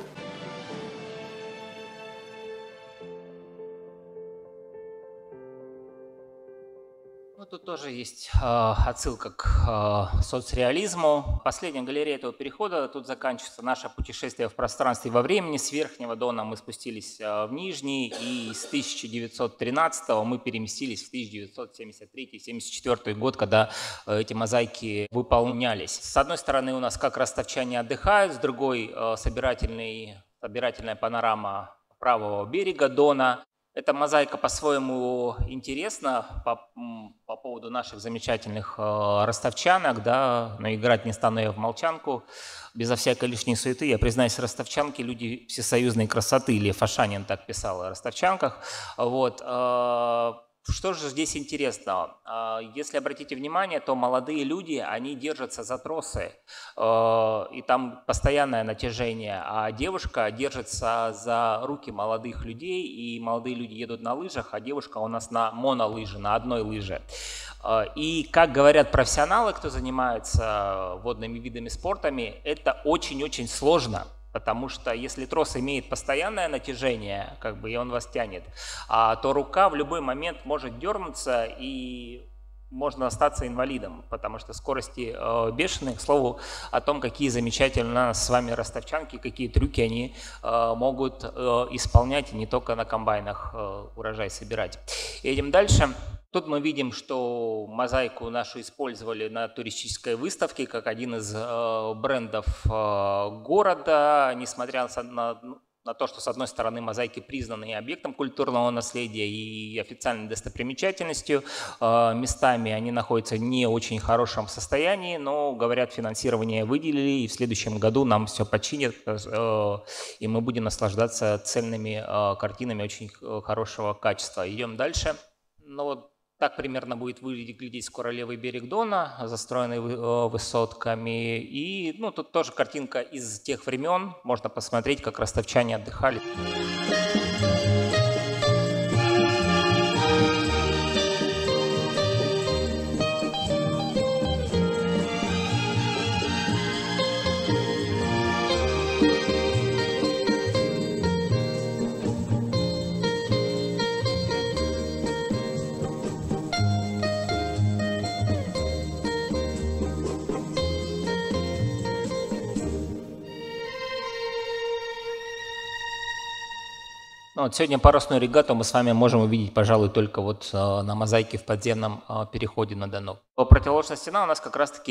Ну, тут тоже есть э, отсылка к э, соцреализму. Последняя галерея этого перехода. Тут заканчивается наше путешествие в пространстве и во времени. С Верхнего Дона мы спустились э, в Нижний, и с тысяча девятьсот тринадцатого мы переместились в тысяча девятьсот семьдесят третий — семьдесят четвёртый год, когда э, эти мозаики выполнялись. С одной стороны у нас как ростовчане отдыхают, с другой э, собирательный, собирательная панорама правого берега Дона. Эта мозаика по-своему интересна по, по поводу наших замечательных э, ростовчанок, да, но играть не стану я в молчанку, безо всякой лишней суеты. Я признаюсь, ростовчанки — люди всесоюзной красоты, или Фашанин так писал о ростовчанках. Вот, э, Что же здесь интересно? Если обратите внимание, то молодые люди, они держатся за тросы, и там постоянное натяжение, а девушка держится за руки молодых людей, и молодые люди едут на лыжах, а девушка у нас на монолыже, на одной лыже. И, как говорят профессионалы, кто занимается водными видами спортами, это очень-очень сложно. Потому что если трос имеет постоянное натяжение, как бы, и он вас тянет, а, то рука в любой момент может дернуться, и можно остаться инвалидом, потому что скорости э, бешеные. К слову о том, какие замечательные у нас с вами ростовчанки, какие трюки они э, могут э, исполнять, и не только на комбайнах э, урожай собирать. Едем дальше. Тут мы видим, что мозаику нашу использовали на туристической выставке как один из э, брендов э, города, несмотря на, на то, что с одной стороны мозаики признаны объектом культурного наследия и официальной достопримечательностью. Э, местами они находятся в не очень хорошем состоянии, но, говорят, финансирование выделили, и в следующем году нам все починят, э, и мы будем наслаждаться цельными э, картинами очень хорошего качества. Идем дальше. Ну, вот так примерно будет выглядеть скоро левый берег Дона, застроенный высотками. И ну, тут тоже картинка из тех времен. Можно посмотреть, как ростовчане отдыхали. Ну, вот сегодня парусную регату мы с вами можем увидеть, пожалуй, только вот э, на мозаике в подземном э, переходе на Дону. Противоположная стена у нас как раз-таки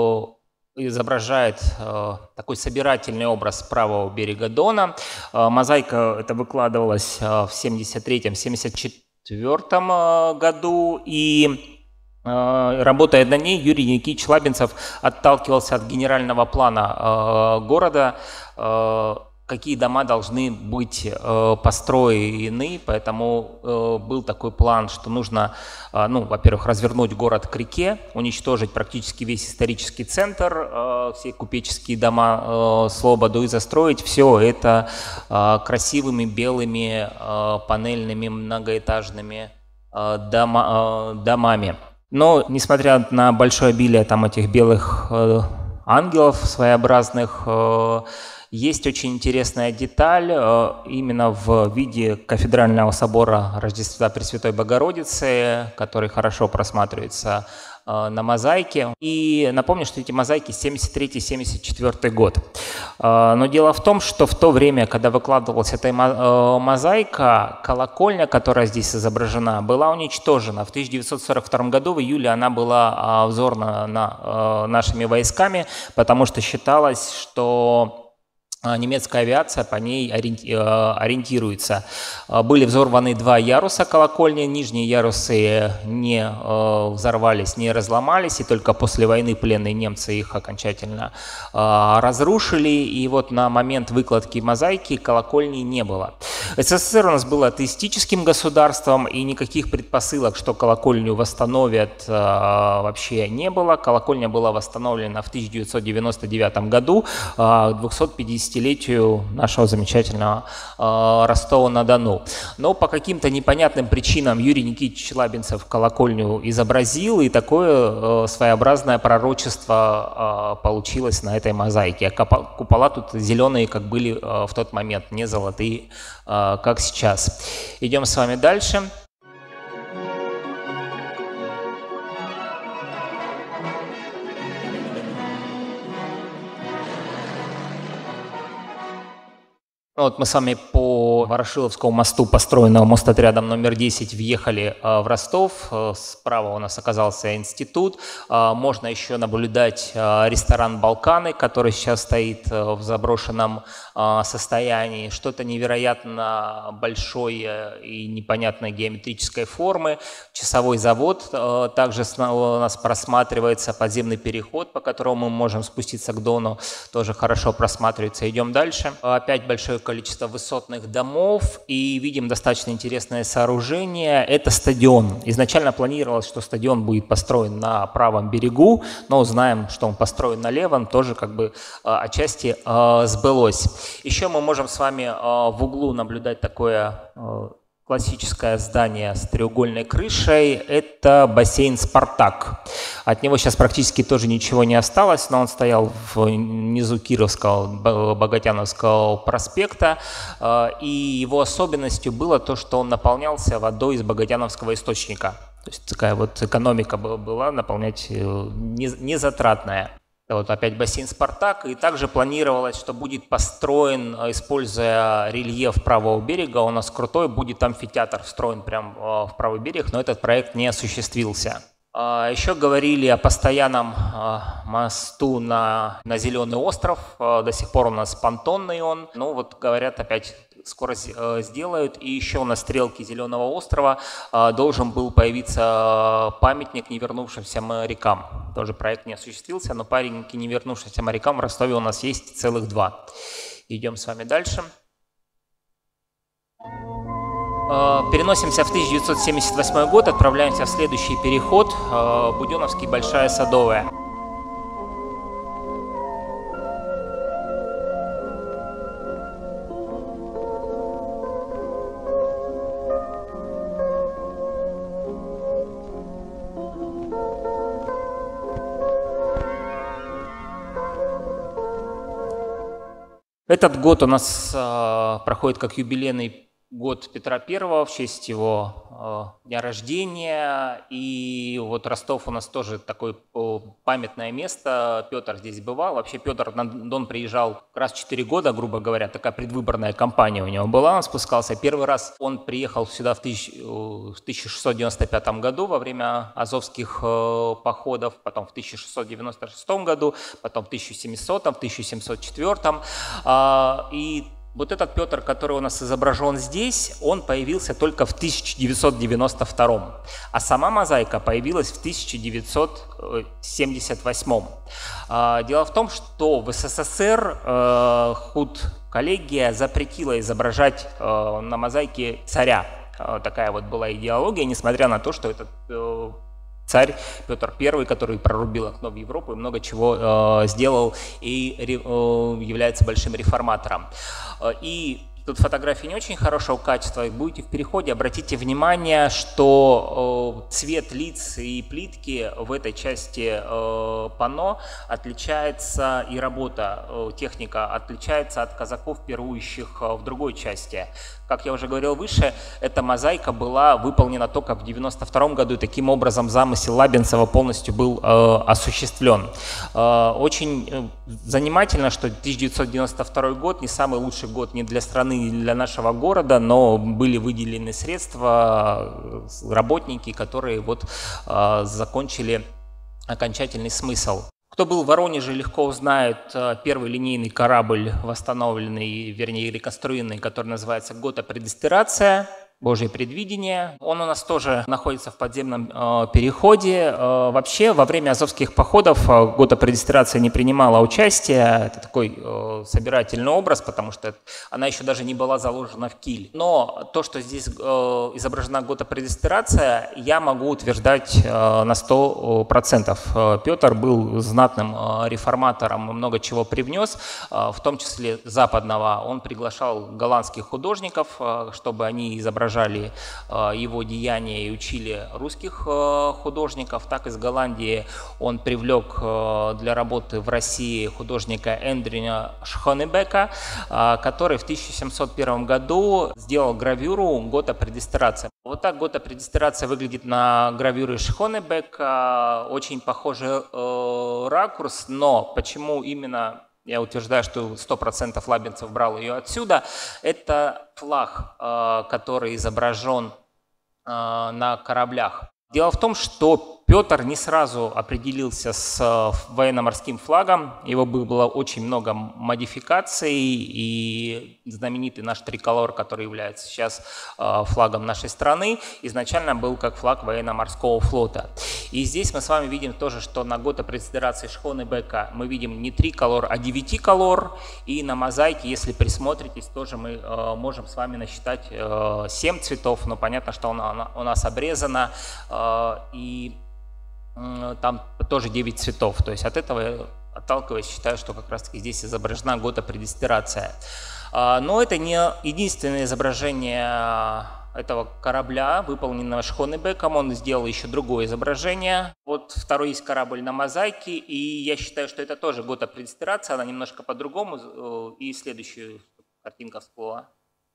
изображает э, такой собирательный образ правого берега Дона. Э, мозаика это выкладывалась э, в семьдесят третьем — семьдесят четвёртом э, году, и э, работая на ней, Юрий Никитич Лабинцев отталкивался от генерального плана э, города, э, какие дома должны быть э, построены, поэтому э, был такой план, что нужно, э, ну, во-первых, развернуть город к реке, уничтожить практически весь исторический центр, э, все купеческие дома э, Слободу и застроить все это э, красивыми белыми э, панельными многоэтажными э, дома, э, домами. Но, несмотря на большое обилие там этих белых э, ангелов своеобразных, э, есть очень интересная деталь именно в виде кафедрального собора Рождества Пресвятой Богородицы, который хорошо просматривается на мозаике. И напомню, что эти мозаики семьдесят третий — семьдесят четвёртый год. Но дело в том, что в то время, когда выкладывалась эта мозаика, колокольня, которая здесь изображена, была уничтожена. В тысяча девятьсот сорок втором году в июле она была взорвана на нашими войсками, потому что считалось, что немецкая авиация по ней ориентируется. Были взорваны два яруса колокольни, нижние ярусы не взорвались, не разломались, и только после войны пленные немцы их окончательно разрушили, и вот на момент выкладки мозаики колокольни не было. СССР у нас был атеистическим государством, и никаких предпосылок, что колокольню восстановят, вообще не было. Колокольня была восстановлена в тысяча девятьсот девяносто девятом году, к двухсотпятидесятилетию нашего замечательного э, Ростова-на-Дону. Но по каким-то непонятным причинам Юрий Никитич Лабинцев колокольню изобразил, и такое э, своеобразное пророчество э, получилось на этой мозаике. А купола тут зеленые, как были э, в тот момент, не золотые, э, как сейчас. Идем с вами дальше. Вот мы с вами по Ворошиловскому мосту, построенному мостотрядом номер десять, въехали в Ростов. Справа у нас оказался институт. Можно еще наблюдать ресторан «Балканы», который сейчас стоит в заброшенном состоянии. Что-то невероятно большое и непонятной геометрической формы. Часовой завод также у нас просматривается. Подземный переход, по которому мы можем спуститься к Дону, тоже хорошо просматривается. Идем дальше. Опять большое количество высотных домов. домов и видим достаточно интересное сооружение. Это стадион. Изначально планировалось, что стадион будет построен на правом берегу, но знаем, что он построен на левом, тоже как бы отчасти сбылось. Еще мы можем с вами в углу наблюдать такое классическое здание с треугольной крышей. Это бассейн «Спартак». От него сейчас практически тоже ничего не осталось, но он стоял внизу Кировского, Богатяновского проспекта. И его особенностью было то, что он наполнялся водой из Богатяновского источника. То есть такая вот экономика была, наполнять незатратная. Вот опять бассейн «Спартак», и также планировалось, что будет построен, используя рельеф правого берега, у нас крутой, будет амфитеатр встроен прямо в правый берег, но этот проект не осуществился. Еще говорили о постоянном мосту на, на Зеленый остров, до сих пор у нас понтонный он, ну вот говорят опять, скоро сделают. И еще на стрелке Зеленого острова должен был появиться памятник невернувшимся морякам. Тоже проект не осуществился, но памятники невернувшимся морякам в Ростове у нас есть целых два. Идем с вами дальше. Переносимся в тысяча девятьсот семьдесят восьмой год, отправляемся в следующий переход. Буденновский, Большая Садовая. Этот год у нас э, проходит как юбилейный год Петра Первого в честь его э, дня рождения. И вот Ростов у нас тоже такое э, памятное место. Петр здесь бывал. Вообще Петр на Дон приезжал раз в четыре года, грубо говоря. Такая предвыборная кампания у него была. Он спускался. Первый раз он приехал сюда в, тысяч, в тысяча шестьсот девяносто пятом году во время азовских э, походов. Потом в тысяча шестьсот девяносто шестом году. Потом в тысяча семисотом, в тысяча семьсот четвёртом. Э, и вот этот Петр, который у нас изображен здесь, он появился только в тысяча девятьсот девяносто втором, а сама мозаика появилась в тысяча девятьсот семьдесят восьмом. Дело в том, что в СССР худколлегия запретила изображать на мозаике царя. Такая вот была идеология, несмотря на то, что этот царь Петр Первый, который прорубил окно в Европу и много чего э, сделал и э, является большим реформатором. И тут фотографии не очень хорошего качества, и будете в переходе, обратите внимание, что э, цвет лиц и плитки в этой части э, панно отличается, и работа, э, техника отличается от казаков, пирующих э, в другой части. Как я уже говорил выше, эта мозаика была выполнена только в девяносто втором году, и таким образом замысел Лабенцева полностью был э, осуществлен. Э, очень э, занимательно, что тысяча девятьсот девяносто второй год не самый лучший год ни для страны, ни для нашего города, но были выделены средства, работники, которые вот э, закончили окончательный смысл. Кто был в Воронеже, легко узнает первый линейный корабль, восстановленный, вернее, реконструированный, который называется «Гота Предестерация», Божье предвидение. Он у нас тоже находится в подземном э, переходе. Э, вообще, во время азовских походов э, Гота Предестерация не принимала участия. Это такой э, собирательный образ, потому что она еще даже не была заложена в киль. Но то, что здесь э, изображена Гота Предестерация, я могу утверждать э, на сто процентов. Петр был знатным э, реформатором и много чего привнес, э, в том числе западного. Он приглашал голландских художников, э, чтобы они изображали его деяния и учили русских художников. Так из Голландии он привлек для работы в России художника Эндрю Шхонебека, который в тысяча семьсот первом году сделал гравюру «Гота Предестерация». Вот так Гота Предестерация выглядит на гравюре Шхонебека. Очень похожий ракурс, но почему именно я утверждаю, что сто процентов Лабенцев брал ее отсюда. Это флаг, который изображен на кораблях. Дело в том, что Петр не сразу определился с военно-морским флагом, его было очень много модификаций, и знаменитый наш триколор, который является сейчас флагом нашей страны, изначально был как флаг военно-морского флота. И здесь мы с вами видим тоже, что на гото предфедерации Шхоны-Бека мы видим не триколор, а девятиколор, и на мозаике, если присмотритесь, тоже мы можем с вами насчитать семь цветов, но понятно, что она у нас обрезана, и там тоже девять цветов. То есть от этого, отталкиваясь, считаю, что как раз-таки здесь изображена гото-предестирация. Но это не единственное изображение этого корабля, выполненного Шхоны-Беком. Он сделал еще другое изображение. Вот второй есть корабль на мозаике, и я считаю, что это тоже гото-предестирация, она немножко по-другому. И следующая картинка всплыла.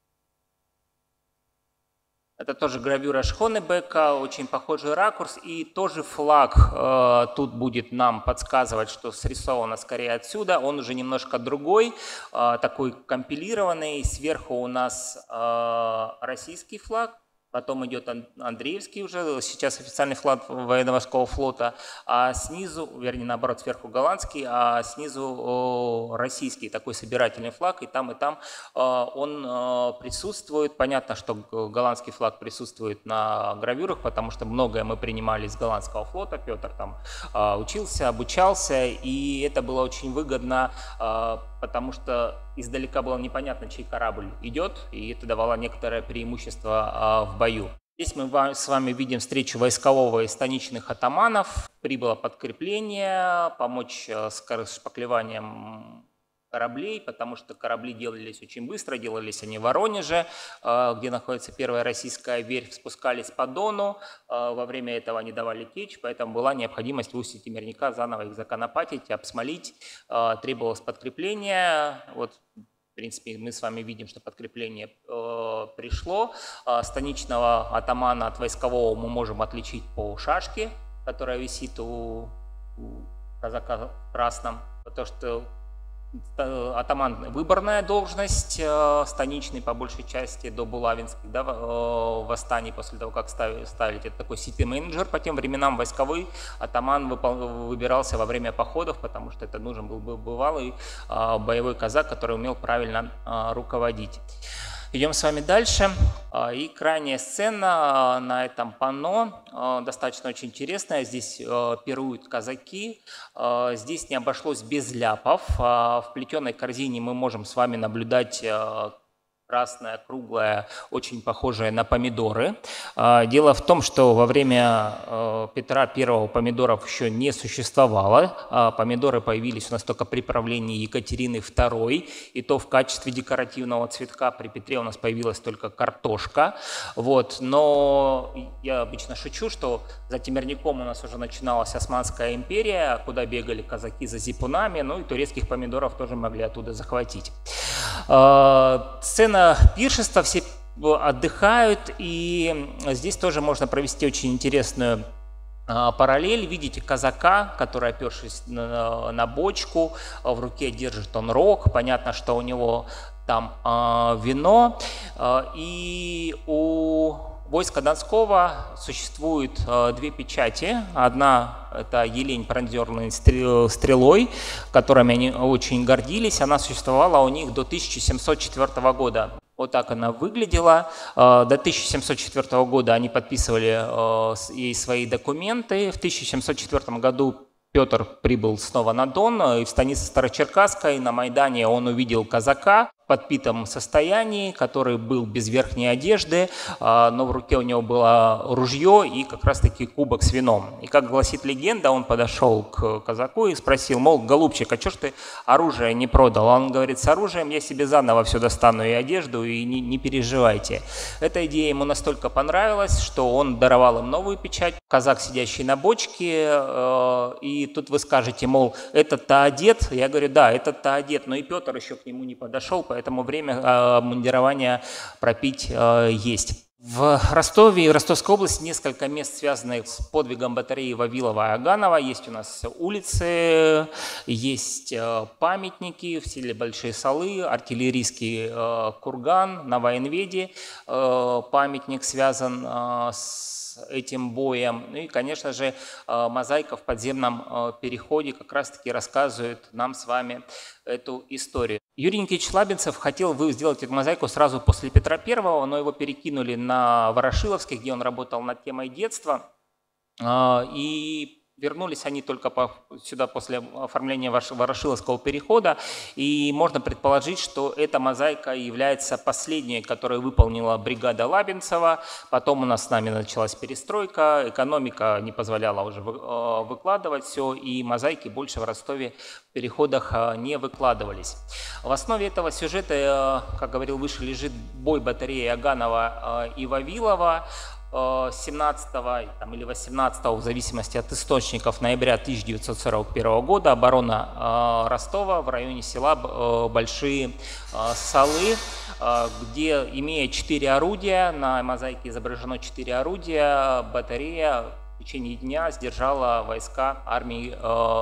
Это тоже гравюра Шхоны-Бека, очень похожий ракурс, и тоже флаг э, тут будет нам подсказывать, что срисовано скорее отсюда. Он уже немножко другой, э, такой компилированный. Сверху у нас э, российский флаг. Потом идет Андреевский уже, сейчас официальный флаг военно-морского флота, а снизу, вернее наоборот, сверху голландский, а снизу российский, такой собирательный флаг, и там, и там он присутствует. Понятно, что голландский флаг присутствует на гравюрах, потому что многое мы принимали из голландского флота, Петр там учился, обучался, и это было очень выгодно, потому что издалека было непонятно, чей корабль идет, и это давало некоторое преимущество в бою. Здесь мы с вами видим встречу войскового и станичных атаманов. Прибыло подкрепление, помочь с шпаклеванием кораблей, потому что корабли делались очень быстро, делались они в Воронеже, где находится первая российская верфь, спускались по Дону, во время этого они давали течь, поэтому была необходимость в устье Темерняка заново их законопатить, обсмолить, требовалось подкрепление. Вот, в принципе, мы с вами видим, что подкрепление э, пришло. Станичного атамана от войскового мы можем отличить по шашке, которая висит у, у казака в красном, потому что атаман — выборная должность, станичный по большей части до булавинских, да, восстаний после того, как ставили, ставили это такой сити-менеджер. По тем временам войсковый атаман выбирался во время походов, потому что это нужен был бывалый боевой казак, который умел правильно руководить. Идем с вами дальше. И крайняя сцена на этом панно достаточно очень интересная. Здесь пируют казаки. Здесь не обошлось без ляпов. В плетеной корзине мы можем с вами наблюдать красная, круглая, очень похожая на помидоры. Дело в том, что во время Петра Первого помидоров еще не существовало. Помидоры появились у нас только при правлении Екатерины Второй, и то в качестве декоративного цветка. При Петре у нас появилась только картошка. Вот. Но я обычно шучу, что за Темерняком у нас уже начиналась Османская империя, куда бегали казаки за зипунами, ну и турецких помидоров тоже могли оттуда захватить. Сцена пиршества, все отдыхают, и здесь тоже можно провести очень интересную параллель. Видите казака, который, опершись на, на бочку, в руке держит он рог. Понятно, что у него там э, вино, э, и у войска Донского существует э, две печати. Одна — это елень, пронзенная стрелой, которыми они очень гордились. Она существовала у них до тысяча семьсот четвёртого года. Вот так она выглядела. До тысяча семьсот четвёртого года они подписывали ей свои документы. В тысяча семьсот четвёртом году Петр прибыл снова на Дон, и в станице Старочеркасской на Майдане он увидел казака в подпитом состоянии, который был без верхней одежды, но в руке у него было ружье и как раз-таки кубок с вином. И как гласит легенда, он подошел к казаку и спросил, мол, голубчик, а что ж ты оружие не продал? Он говорит, с оружием я себе заново все достану, и одежду, и не, не переживайте. Эта идея ему настолько понравилась, что он даровал им новую печать. Казак, сидящий на бочке, и тут вы скажете, мол, этот-то одет? Я говорю, да, этот-то одет, но и Петр еще к нему не подошел, поэтому время э, мундирования пропить э, есть. В Ростове и в Ростовской области несколько мест, связанных с подвигом батареи Вавилова и Аганова. Есть у нас улицы, есть э, памятники в селе Большие Салы, артиллерийский э, курган на Военведе. Э, памятник связан э, с с этим боем. Ну и, конечно же, мозаика в подземном переходе как раз-таки рассказывает нам с вами эту историю. Юрий Никитич Лабинцев хотел сделать эту мозаику сразу после Петра Первого, но его перекинули на Ворошиловский, где он работал над темой детства. И вернулись они только по, сюда после оформления Ворошиловского перехода, и можно предположить, что эта мозаика является последней, которую выполнила бригада Лабинцева. Потом у нас с нами началась перестройка, экономика не позволяла уже выкладывать все, и мозаики больше в Ростове в переходах не выкладывались. В основе этого сюжета, как говорил выше, лежит бой батареи Аганова и Вавилова семнадцатого там, или восемнадцатого, в зависимости от источников, ноября тысяча девятьсот сорок первого года, оборона э, Ростова в районе села э, Большие э, Салы, э, где, имея четыре орудия, на мозаике изображено четыре орудия, батарея в течение дня сдержала войска армии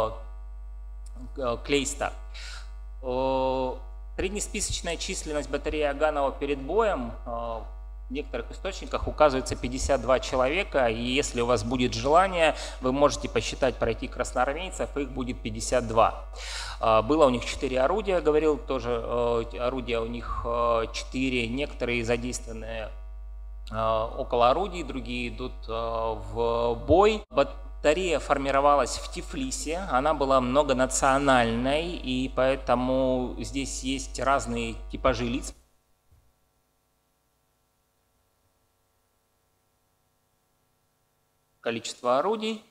э, Клейста. Э, среднесписочная численность батареи Аганова перед боем э, в некоторых источниках указывается пятьдесят два человека, и если у вас будет желание, вы можете посчитать, пройти красноармейцев, их будет пятьдесят два. Было у них четыре орудия, говорил, тоже орудия у них четыре, некоторые задействованные около орудий, другие идут в бой. Батарея формировалась в Тифлисе, она была многонациональной, и поэтому здесь есть разные типажи лиц. Количество орудий,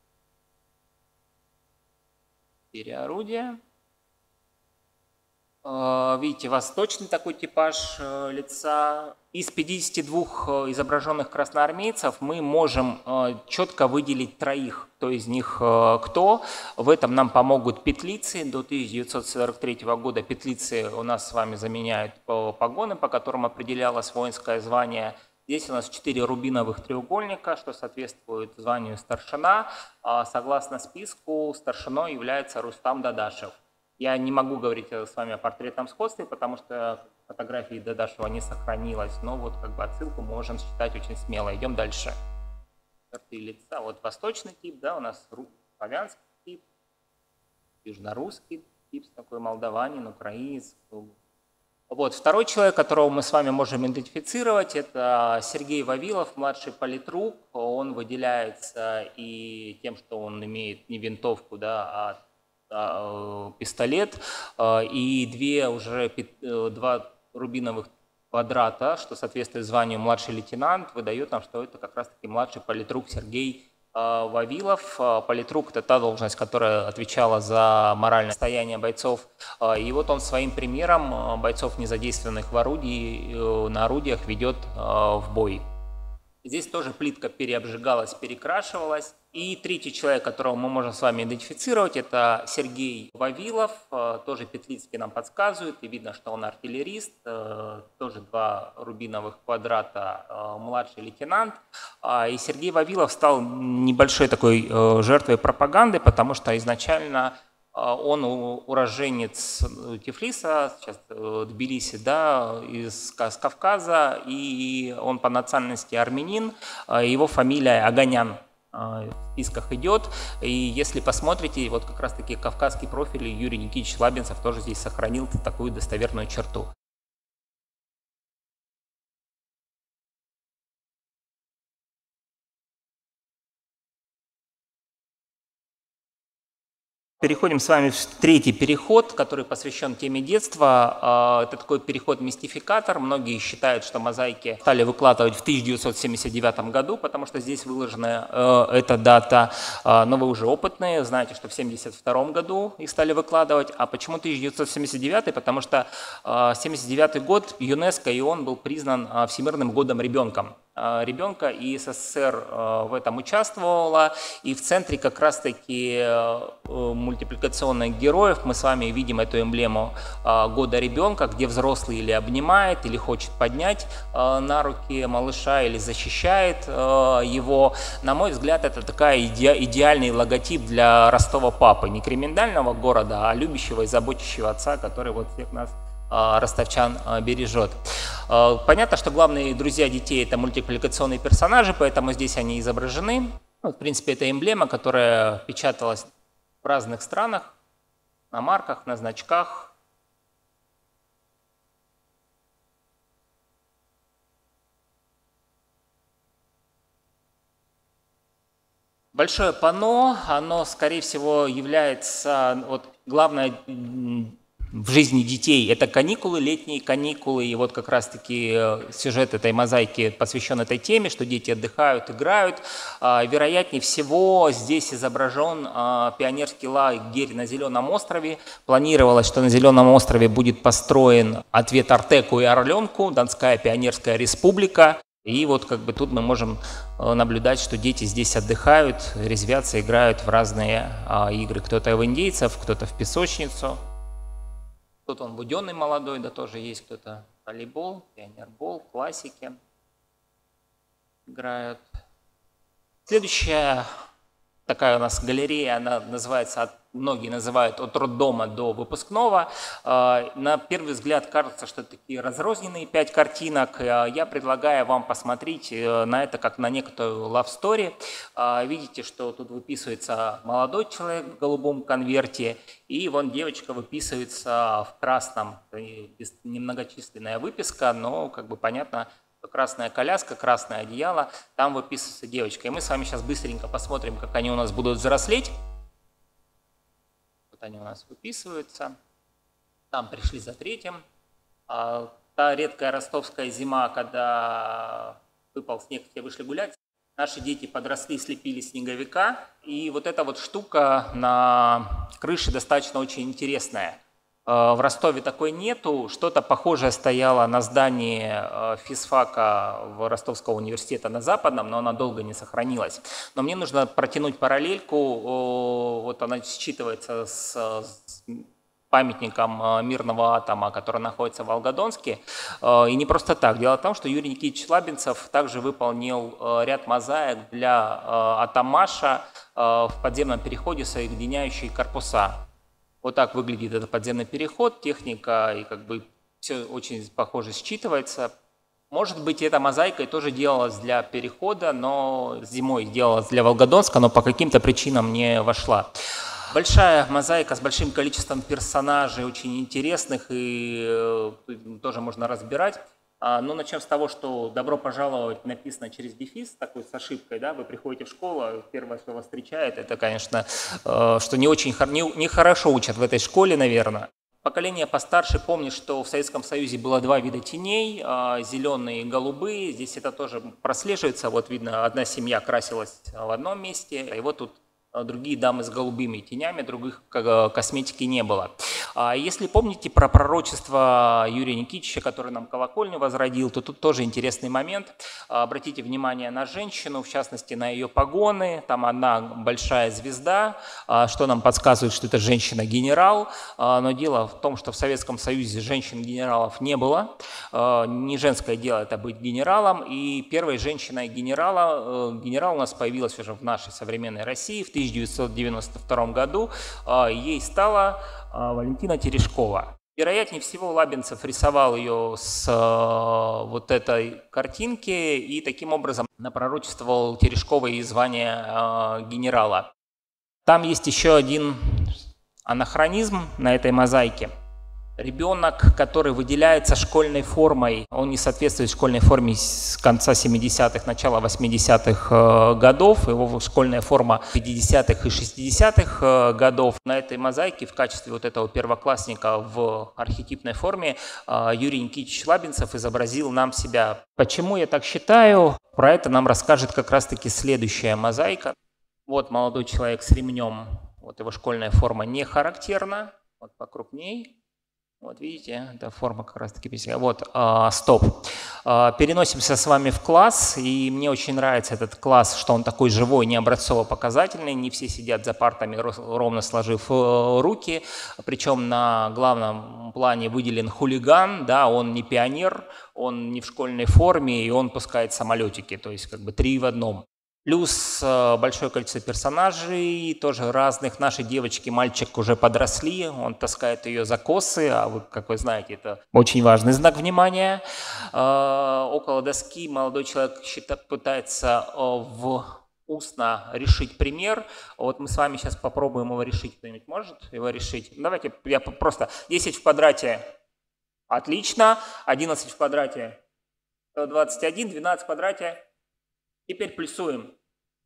четыре орудия. Видите, восточный такой типаж лица. Из пятидесяти двух изображенных красноармейцев мы можем четко выделить троих. Кто из них кто. В этом нам помогут петлицы. До тысяча девятьсот сорок третьего года петлицы у нас с вами заменяют погоны, по которым определялось воинское звание. Здесь у нас четыре рубиновых треугольника, что соответствует званию старшина. Согласно списку, старшиной является Рустам Дадашев. Я не могу говорить с вами о портретном сходстве, потому что фотографии Дадашева не сохранилось, но вот как бы отсылку мы можем считать очень смело. Идем дальше. Черты лица. Вот восточный тип, да, у нас славянский тип, южнорусский тип, такой молдаванин, украинец. Вот, второй человек, которого мы с вами можем идентифицировать, это Сергей Вавилов, младший политрук. Он выделяется и тем, что он имеет не винтовку, да, а, а пистолет, и две уже два рубиновых квадрата, что соответствует званию младший лейтенант, выдает нам, что это как раз-таки младший политрук Сергей Вавилов. Политрук – это та должность, которая отвечала за моральное состояние бойцов. И вот он своим примером бойцов, не задействованных в орудии, на орудиях, ведет в бой. Здесь тоже плитка переобжигалась, перекрашивалась. И третий человек, которого мы можем с вами идентифицировать, это Сергей Вавилов. Тоже Петлицкий нам подсказывает, и видно, что он артиллерист. Тоже два рубиновых квадрата, младший лейтенант. И Сергей Вавилов стал небольшой такой жертвой пропаганды, потому что изначально он уроженец Тифлиса, сейчас Тбилиси, да, из Кавказа, и он по национальности армянин, его фамилия Аганян в списках идет. И если посмотрите, вот как раз таки кавказский профиль, Юрий Никитич Лабинцев тоже здесь сохранил такую достоверную черту. Переходим с вами в третий переход, который посвящен теме детства. Это такой переход-мистификатор. Многие считают, что мозаики стали выкладывать в тысяча девятьсот семьдесят девятом году, потому что здесь выложена эта дата. Но вы уже опытные, знаете, что в семьдесят втором году их стали выкладывать. А почему тысяча девятьсот семьдесят девятый? Потому что семьдесят девятый год ЮНЕСКО и ООН был признан Всемирным годом ребенка. ребенка, и СССР в этом участвовала, и в центре как раз-таки мультипликационных героев мы с вами видим эту эмблему года ребенка, где взрослый или обнимает, или хочет поднять на руки малыша, или защищает его. На мой взгляд, это такой иде идеальный логотип для Ростова-Папы, не криминального города, а любящего и заботящего отца, который вот всех нас ростовчан бережет. Понятно, что главные друзья детей – это мультипликационные персонажи, поэтому здесь они изображены. В принципе, это эмблема, которая печаталась в разных странах, на марках, на значках. Большое панно, оно, скорее всего, является вот, главное в жизни детей. Это каникулы, летние каникулы. И вот как раз-таки сюжет этой мозаики посвящен этой теме, что дети отдыхают, играют. Вероятнее всего, здесь изображен пионерский лагерь на Зеленом острове. Планировалось, что на Зеленом острове будет построен ответ Артеку и Орленку, Донская пионерская республика. И вот как бы тут мы можем наблюдать, что дети здесь отдыхают, резвятся, играют в разные а, игры. Кто-то в индейцев, кто-то в песочницу. Тут он буденный молодой, да тоже есть кто-то волейбол, пионербол, классики играют. Следующая такая у нас галерея, она называется, многие называют «От роддома до выпускного». На первый взгляд кажется, что такие разрозненные пять картинок. Я предлагаю вам посмотреть на это как на некоторую love story. Видите, что тут выписывается молодой человек в голубом конверте, и вон девочка выписывается в красном. Немногочисленная выписка, но как бы понятно, красная коляска, красное одеяло, там выписывается девочка. И мы с вами сейчас быстренько посмотрим, как они у нас будут взрослеть. Вот они у нас выписываются. Там пришли за третьим. А та редкая ростовская зима, когда выпал снег, все вышли гулять. Наши дети подросли, слепили снеговика. И вот эта вот штука на крыше достаточно очень интересная. В Ростове такой нету, что-то похожее стояло на здании физфака в Ростовского университета на Западном, но она долго не сохранилась. Но мне нужно протянуть параллельку, вот она считывается с памятником мирного атома, который находится в Волгодонске. И не просто так. Дело в том, что Юрий Никитич Лабинцев также выполнил ряд мозаик для Атомаша в подземном переходе, соединяющие корпуса. Вот так выглядит этот подземный переход, техника, и как бы все очень похоже считывается. Может быть, эта мозаика тоже делалась для перехода, но зимой делалась для Волгодонска, но по каким-то причинам не вошла. Большая мозаика с большим количеством персонажей, очень интересных, и э, тоже можно разбирать. Ну, начнем с того, что «добро пожаловать» написано через дефис, такой с ошибкой, да, вы приходите в школу, первое, что вас встречает, это, конечно, что не очень не, не хорошо учат в этой школе, наверное. Поколение постарше помнит, что в Советском Союзе было два вида теней, зеленые и голубые, здесь это тоже прослеживается, вот видно, одна семья красилась в одном месте, и вот тут другие дамы с голубыми тенями, других косметики не было. Если помните про пророчество Юрия Никитича, который нам колокольню возродил, то тут тоже интересный момент. Обратите внимание на женщину, в частности на ее погоны. Там одна большая звезда, что нам подсказывает, что это женщина-генерал. Но дело в том, что в Советском Союзе женщин-генералов не было. Не женское дело это быть генералом. И первой женщиной-генерала, генерал у нас появилась уже в нашей современной России в тысяча девятьсот девяносто втором году. Ей стала Валентина Терешкова. Вероятнее всего, Лабинцев рисовал ее с вот этой картинки и таким образом напророчествовал Терешковой звание генерала. Там есть еще один анахронизм на этой мозаике. Ребенок, который выделяется школьной формой, он не соответствует школьной форме с конца семидесятых, начала восьмидесятых годов, его школьная форма пятидесятых и шестидесятых годов. На этой мозаике в качестве вот этого первоклассника в архетипной форме Юрий Никитич Лабинцев изобразил нам себя. Почему я так считаю? Про это нам расскажет как раз-таки следующая мозаика. Вот молодой человек с ремнем, вот его школьная форма не характерна, вот покрупней. Вот видите, эта форма как раз таки письма. Вот, э, стоп. Э, переносимся с вами в класс, и мне очень нравится этот класс, что он такой живой, не образцово-показательный. Не все сидят за партами, ровно сложив э, руки. Причем на главном плане выделен хулиган, да, он не пионер, он не в школьной форме, и он пускает самолетики, то есть как бы три в одном. Плюс большое количество персонажей, тоже разных. Наши девочки, мальчик уже подросли, он таскает ее за косы, а вы, как вы знаете, это очень важный знак внимания. Около доски молодой человек считает, пытается в устно решить пример. Вот мы с вами сейчас попробуем его решить. Кто-нибудь может его решить? Давайте я просто десять в квадрате. Отлично. одиннадцать в квадрате. сто двадцать один. двенадцать в квадрате. Теперь плюсуем.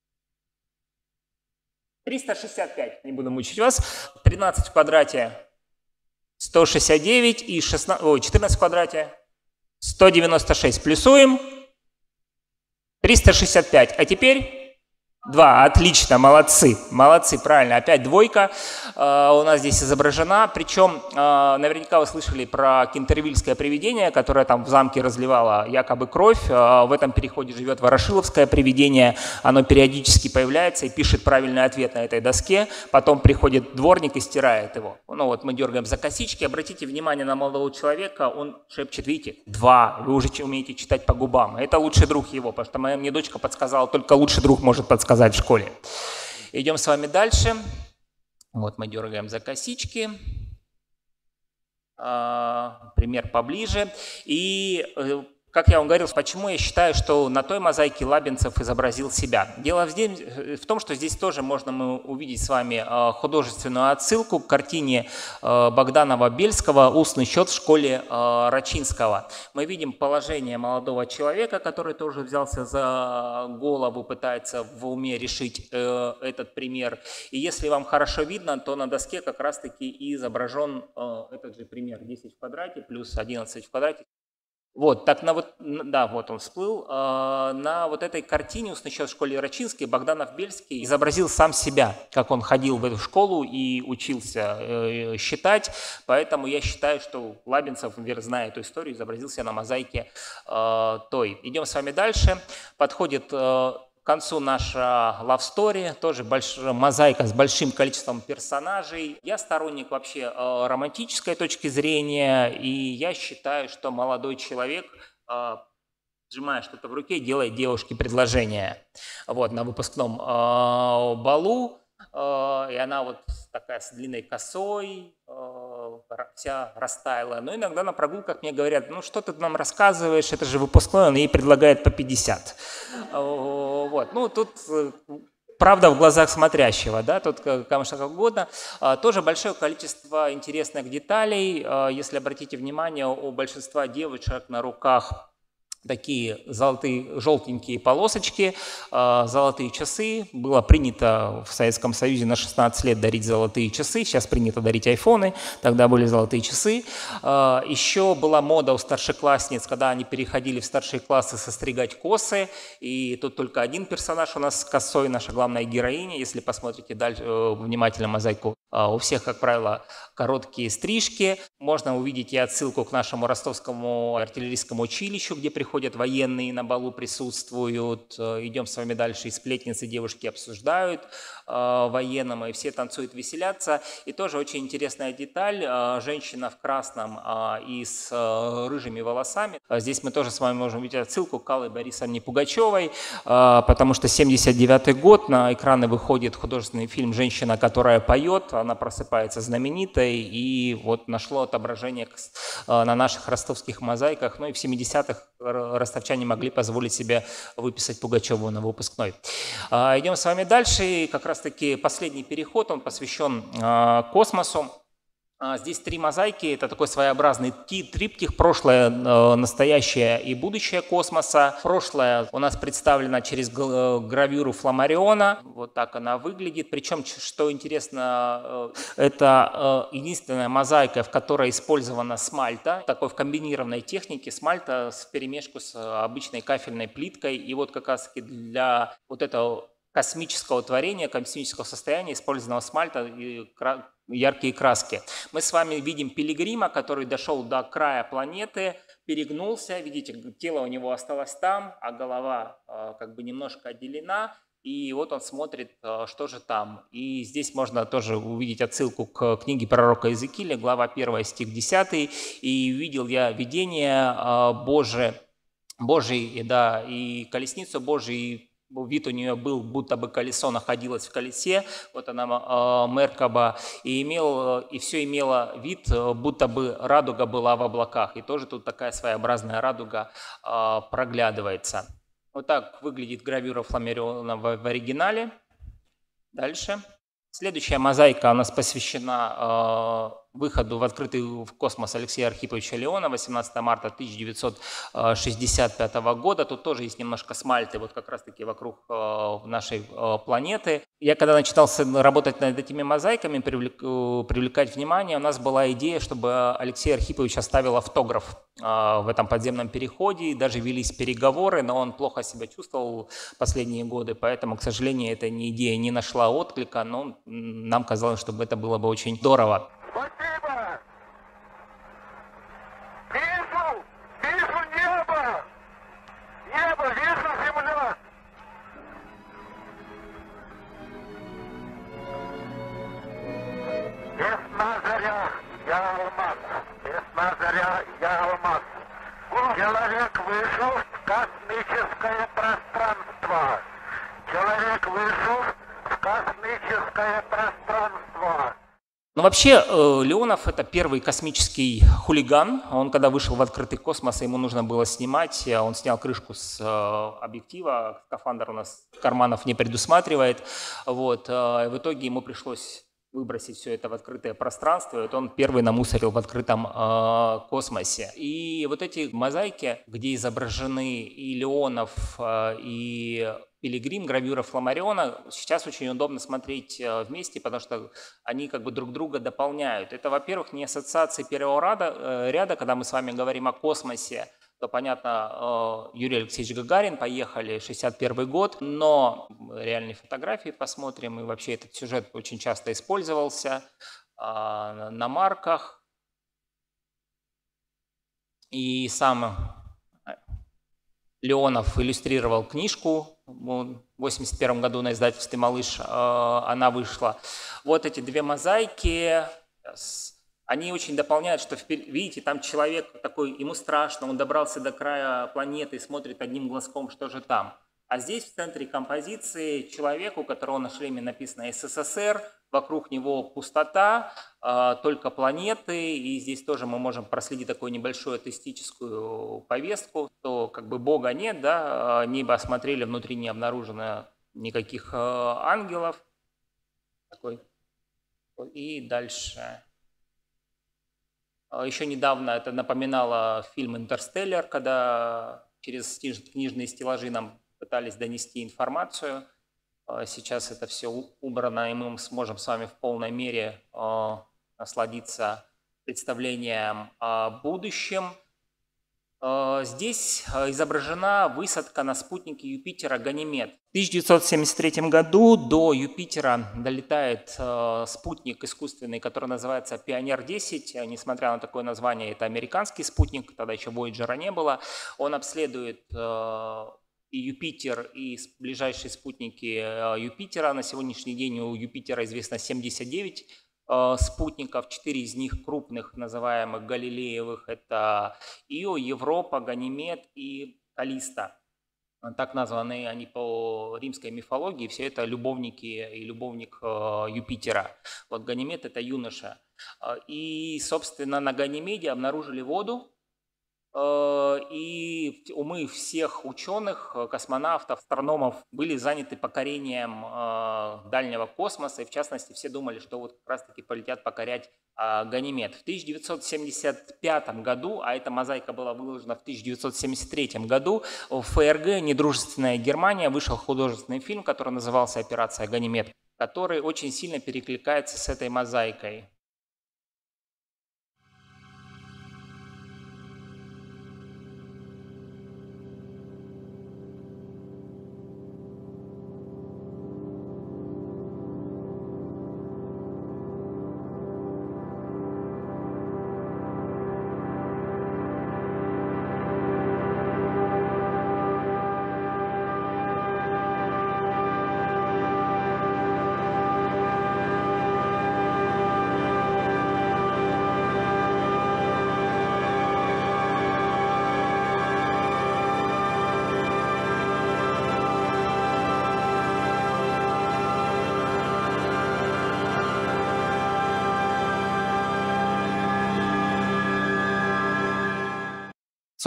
триста шестьдесят пять, не буду мучить вас. тринадцать в квадрате сто шестьдесят девять и шестнадцать, ой, четырнадцать в квадрате сто девяносто шесть. Плюсуем. триста шестьдесят пять. А теперь два. Отлично, молодцы, молодцы, правильно. Опять двойка э, у нас здесь изображена. Причем э, наверняка вы слышали про кентервильское привидение, которое там в замке разливало якобы кровь. Э, в этом переходе живет ворошиловское привидение. Оно периодически появляется и пишет правильный ответ на этой доске. Потом приходит дворник и стирает его. Ну вот мы дергаем за косички. Обратите внимание на молодого человека. Он шепчет, видите, два. Вы уже умеете читать по губам. Это лучший друг его, потому что моя мне дочка подсказала, только лучший друг может подсказать в школе. Идем с вами дальше. Вот мы дергаем за косички. А, пример поближе. И, как я вам говорил, почему я считаю, что на той мозаике Лабинцев изобразил себя. Дело в том, что здесь тоже можно мы увидеть с вами художественную отсылку к картине Богданова-Бельского «Устный счет в школе Рачинского». Мы видим положение молодого человека, который тоже взялся за голову, пытается в уме решить этот пример. И если вам хорошо видно, то на доске как раз-таки и изображен этот же пример. десять в квадрате плюс одиннадцать в квадрате. Вот, так на вот, да, вот он всплыл. На вот этой картине «Устный счет в школе Рачинской» Богданов-Бельский изобразил сам себя, как он ходил в эту школу и учился считать. Поэтому я считаю, что Лабинцев, зная эту историю, изобразил себя на мозаике той. Идем с вами дальше. Подходит к концу наша love story, тоже большая мозаика с большим количеством персонажей. Я сторонник вообще э, романтической точки зрения, и я считаю, что молодой человек, э, сжимая что-то в руке, делает девушке предложение. Вот, на выпускном э, балу, э, и она вот такая с длинной косой, э, вся растаяла. Но иногда на прогулках мне говорят, ну что ты нам рассказываешь, это же выпускной, он ей предлагает по пятьдесят. Вот. Ну, тут правда в глазах смотрящего, да, тут кому что как угодно. Тоже большое количество интересных деталей. Если обратите внимание, у большинства девочек на руках такие золотые, желтенькие полосочки, золотые часы. Было принято в Советском Союзе на шестнадцать лет дарить золотые часы, сейчас принято дарить айфоны, тогда были золотые часы. Еще была мода у старшеклассниц, когда они переходили в старшие классы, состригать косы, и тут только один персонаж у нас с косой, наша главная героиня, если посмотрите дальше внимательно мозаику. У всех, как правило, короткие стрижки. Можно увидеть и отсылку к нашему ростовскому артиллерийскому училищу, где приходят военные, на балу присутствуют. Идем с вами дальше, и сплетницы, девушки обсуждают э, военному, и все танцуют, веселятся. И тоже очень интересная деталь. Э, женщина в красном э, и с э, рыжими волосами. Здесь мы тоже с вами можем увидеть отсылку к Алле Борисовне Пугачевой, э, потому что семьдесят девятый год, на экраны выходит художественный фильм «Женщина, которая поет». Она просыпается знаменитой, и вот нашло отображение на наших ростовских мозаиках. Ну и в семидесятых ростовчане могли позволить себе выписать Пугачеву на выпускной. Идем с вами дальше. И как раз-таки последний переход, он посвящен космосу. Здесь три мозаики, это такой своеобразный триптих, прошлое, настоящее и будущее космоса. Прошлое у нас представлено через гравюру Фламариона, вот так она выглядит. Причем, что интересно, это единственная мозаика, в которой использована смальта, такой в комбинированной технике, смальта вперемешку с обычной кафельной плиткой. И вот как раз таки для вот этого космического творения, космического состояния использованного смальта и яркие краски. Мы с вами видим пилигрима, который дошел до края планеты, перегнулся, видите, тело у него осталось там, а голова э, как бы немножко отделена, и вот он смотрит, э, что же там. И здесь можно тоже увидеть отсылку к книге пророка Иезекииля, глава первая, стих десятый, и видел я видение э, Божие, Божий, да, и колесницу Божию, и вид у нее был, будто бы колесо находилось в колесе, вот она э, Меркаба, и, имел, и все имело вид, будто бы радуга была в облаках, и тоже тут такая своеобразная радуга э, проглядывается. Вот так выглядит гравюра Фламариона в, в оригинале. Дальше. Следующая мозаика у нас посвящена э, выходу в открытый в космос Алексея Архиповича Леонова восемнадцатого марта тысяча девятьсот шестьдесят пятого года. Тут тоже есть немножко смальты, вот как раз-таки вокруг э, нашей э, планеты. Я когда начинал работать над этими мозаиками, привлек, привлекать внимание, у нас была идея, чтобы Алексей Архипович оставил автограф э, в этом подземном переходе. И даже велись переговоры, но он плохо себя чувствовал последние годы, поэтому, к сожалению, эта идея не нашла отклика, но нам казалось, что это было бы очень здорово. Спасибо! Вижу! Вижу небо! Небо! Вижу земля! Весна заря, я алмаз. Весна заря, я алмаз. Человек вышел в космическое пространство. Человек вышел в космическое пространство. Ну, вообще, Леонов – это первый космический хулиган. Он, когда вышел в открытый космос, ему нужно было снимать. Он снял крышку с объектива. Скафандр у нас карманов не предусматривает. Вот. В итоге ему пришлось выбросить все это в открытое пространство. И вот он первый намусорил в открытом э, космосе. И вот эти мозаики, где изображены и Леонов, э, и Пилигрим, гравюра Фламариона, сейчас очень удобно смотреть э, вместе, потому что они как бы друг друга дополняют. Это, во-первых, не ассоциации первого ряда, э, ряда, когда мы с вами говорим о космосе, то, понятно, Юрий Алексеевич Гагарин, поехали, шестьдесят первый год, но реальные фотографии посмотрим, и вообще этот сюжет очень часто использовался а, на марках. И сам Леонов иллюстрировал книжку, в восемьдесят первом году на издательстве «Малыш» а, она вышла. Вот эти две мозаики. Они очень дополняют, что, видите, там человек такой, ему страшно, он добрался до края планеты и смотрит одним глазком, что же там. А здесь в центре композиции человек, у которого на шлеме написано СССР, вокруг него пустота, только планеты, и здесь тоже мы можем проследить такую небольшую атеистическую повестку, что как бы Бога нет, да, небо осмотрели, внутри не обнаружено никаких ангелов. Такой. И дальше... Еще недавно это напоминало фильм «Интерстеллар», когда через книжные стеллажи нам пытались донести информацию. Сейчас это все убрано, и мы сможем с вами в полной мере насладиться представлением о будущем. Здесь изображена высадка на спутнике Юпитера «Ганимед». В тысяча девятьсот семьдесят третьем году до Юпитера долетает спутник искусственный, который называется «Пионер десять». Несмотря на такое название, это американский спутник, тогда еще Вояджера не было. Он обследует и Юпитер, и ближайшие спутники Юпитера. На сегодняшний день у Юпитера известно семьдесят девять спутников, четыре из них крупных, называемых Галилеевых, это Ио, Европа, Ганимед и Каллиста. Так названы они по римской мифологии, все это любовники и любовник Юпитера. Вот Ганимед – это юноша. И, собственно, на Ганимеде обнаружили воду, и умы всех ученых, космонавтов, астрономов были заняты покорением дальнего космоса, и в частности все думали, что вот как раз-таки полетят покорять Ганимед. В тысяча девятьсот семьдесят пятом году, а эта мозаика была выложена в тысяча девятьсот семьдесят третьем году, в ФРГ «Недружественная Германия» вышел художественный фильм, который назывался «Операция Ганимед», который очень сильно перекликается с этой мозаикой.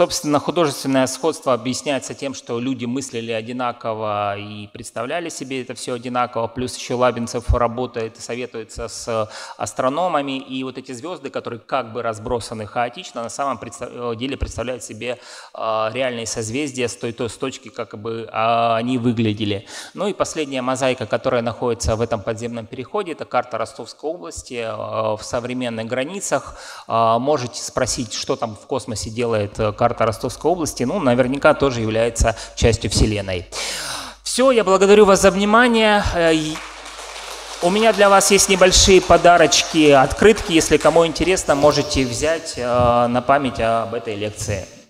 Собственно, художественное сходство объясняется тем, что люди мыслили одинаково и представляли себе это все одинаково, плюс еще Лабинцев работает и советуется с астрономами, и вот эти звезды, которые как бы разбросаны хаотично, на самом деле представляют себе реальные созвездия с той, той с точки, как бы они выглядели. Ну и последняя мозаика, которая находится в этом подземном переходе, это карта Ростовской области в современных границах. Можете спросить, что там в космосе делает карта Ростовской области, ну, наверняка тоже является частью Вселенной. Все, я благодарю вас за внимание. У меня для вас есть небольшие подарочки, открытки. Если кому интересно, можете взять на память об этой лекции.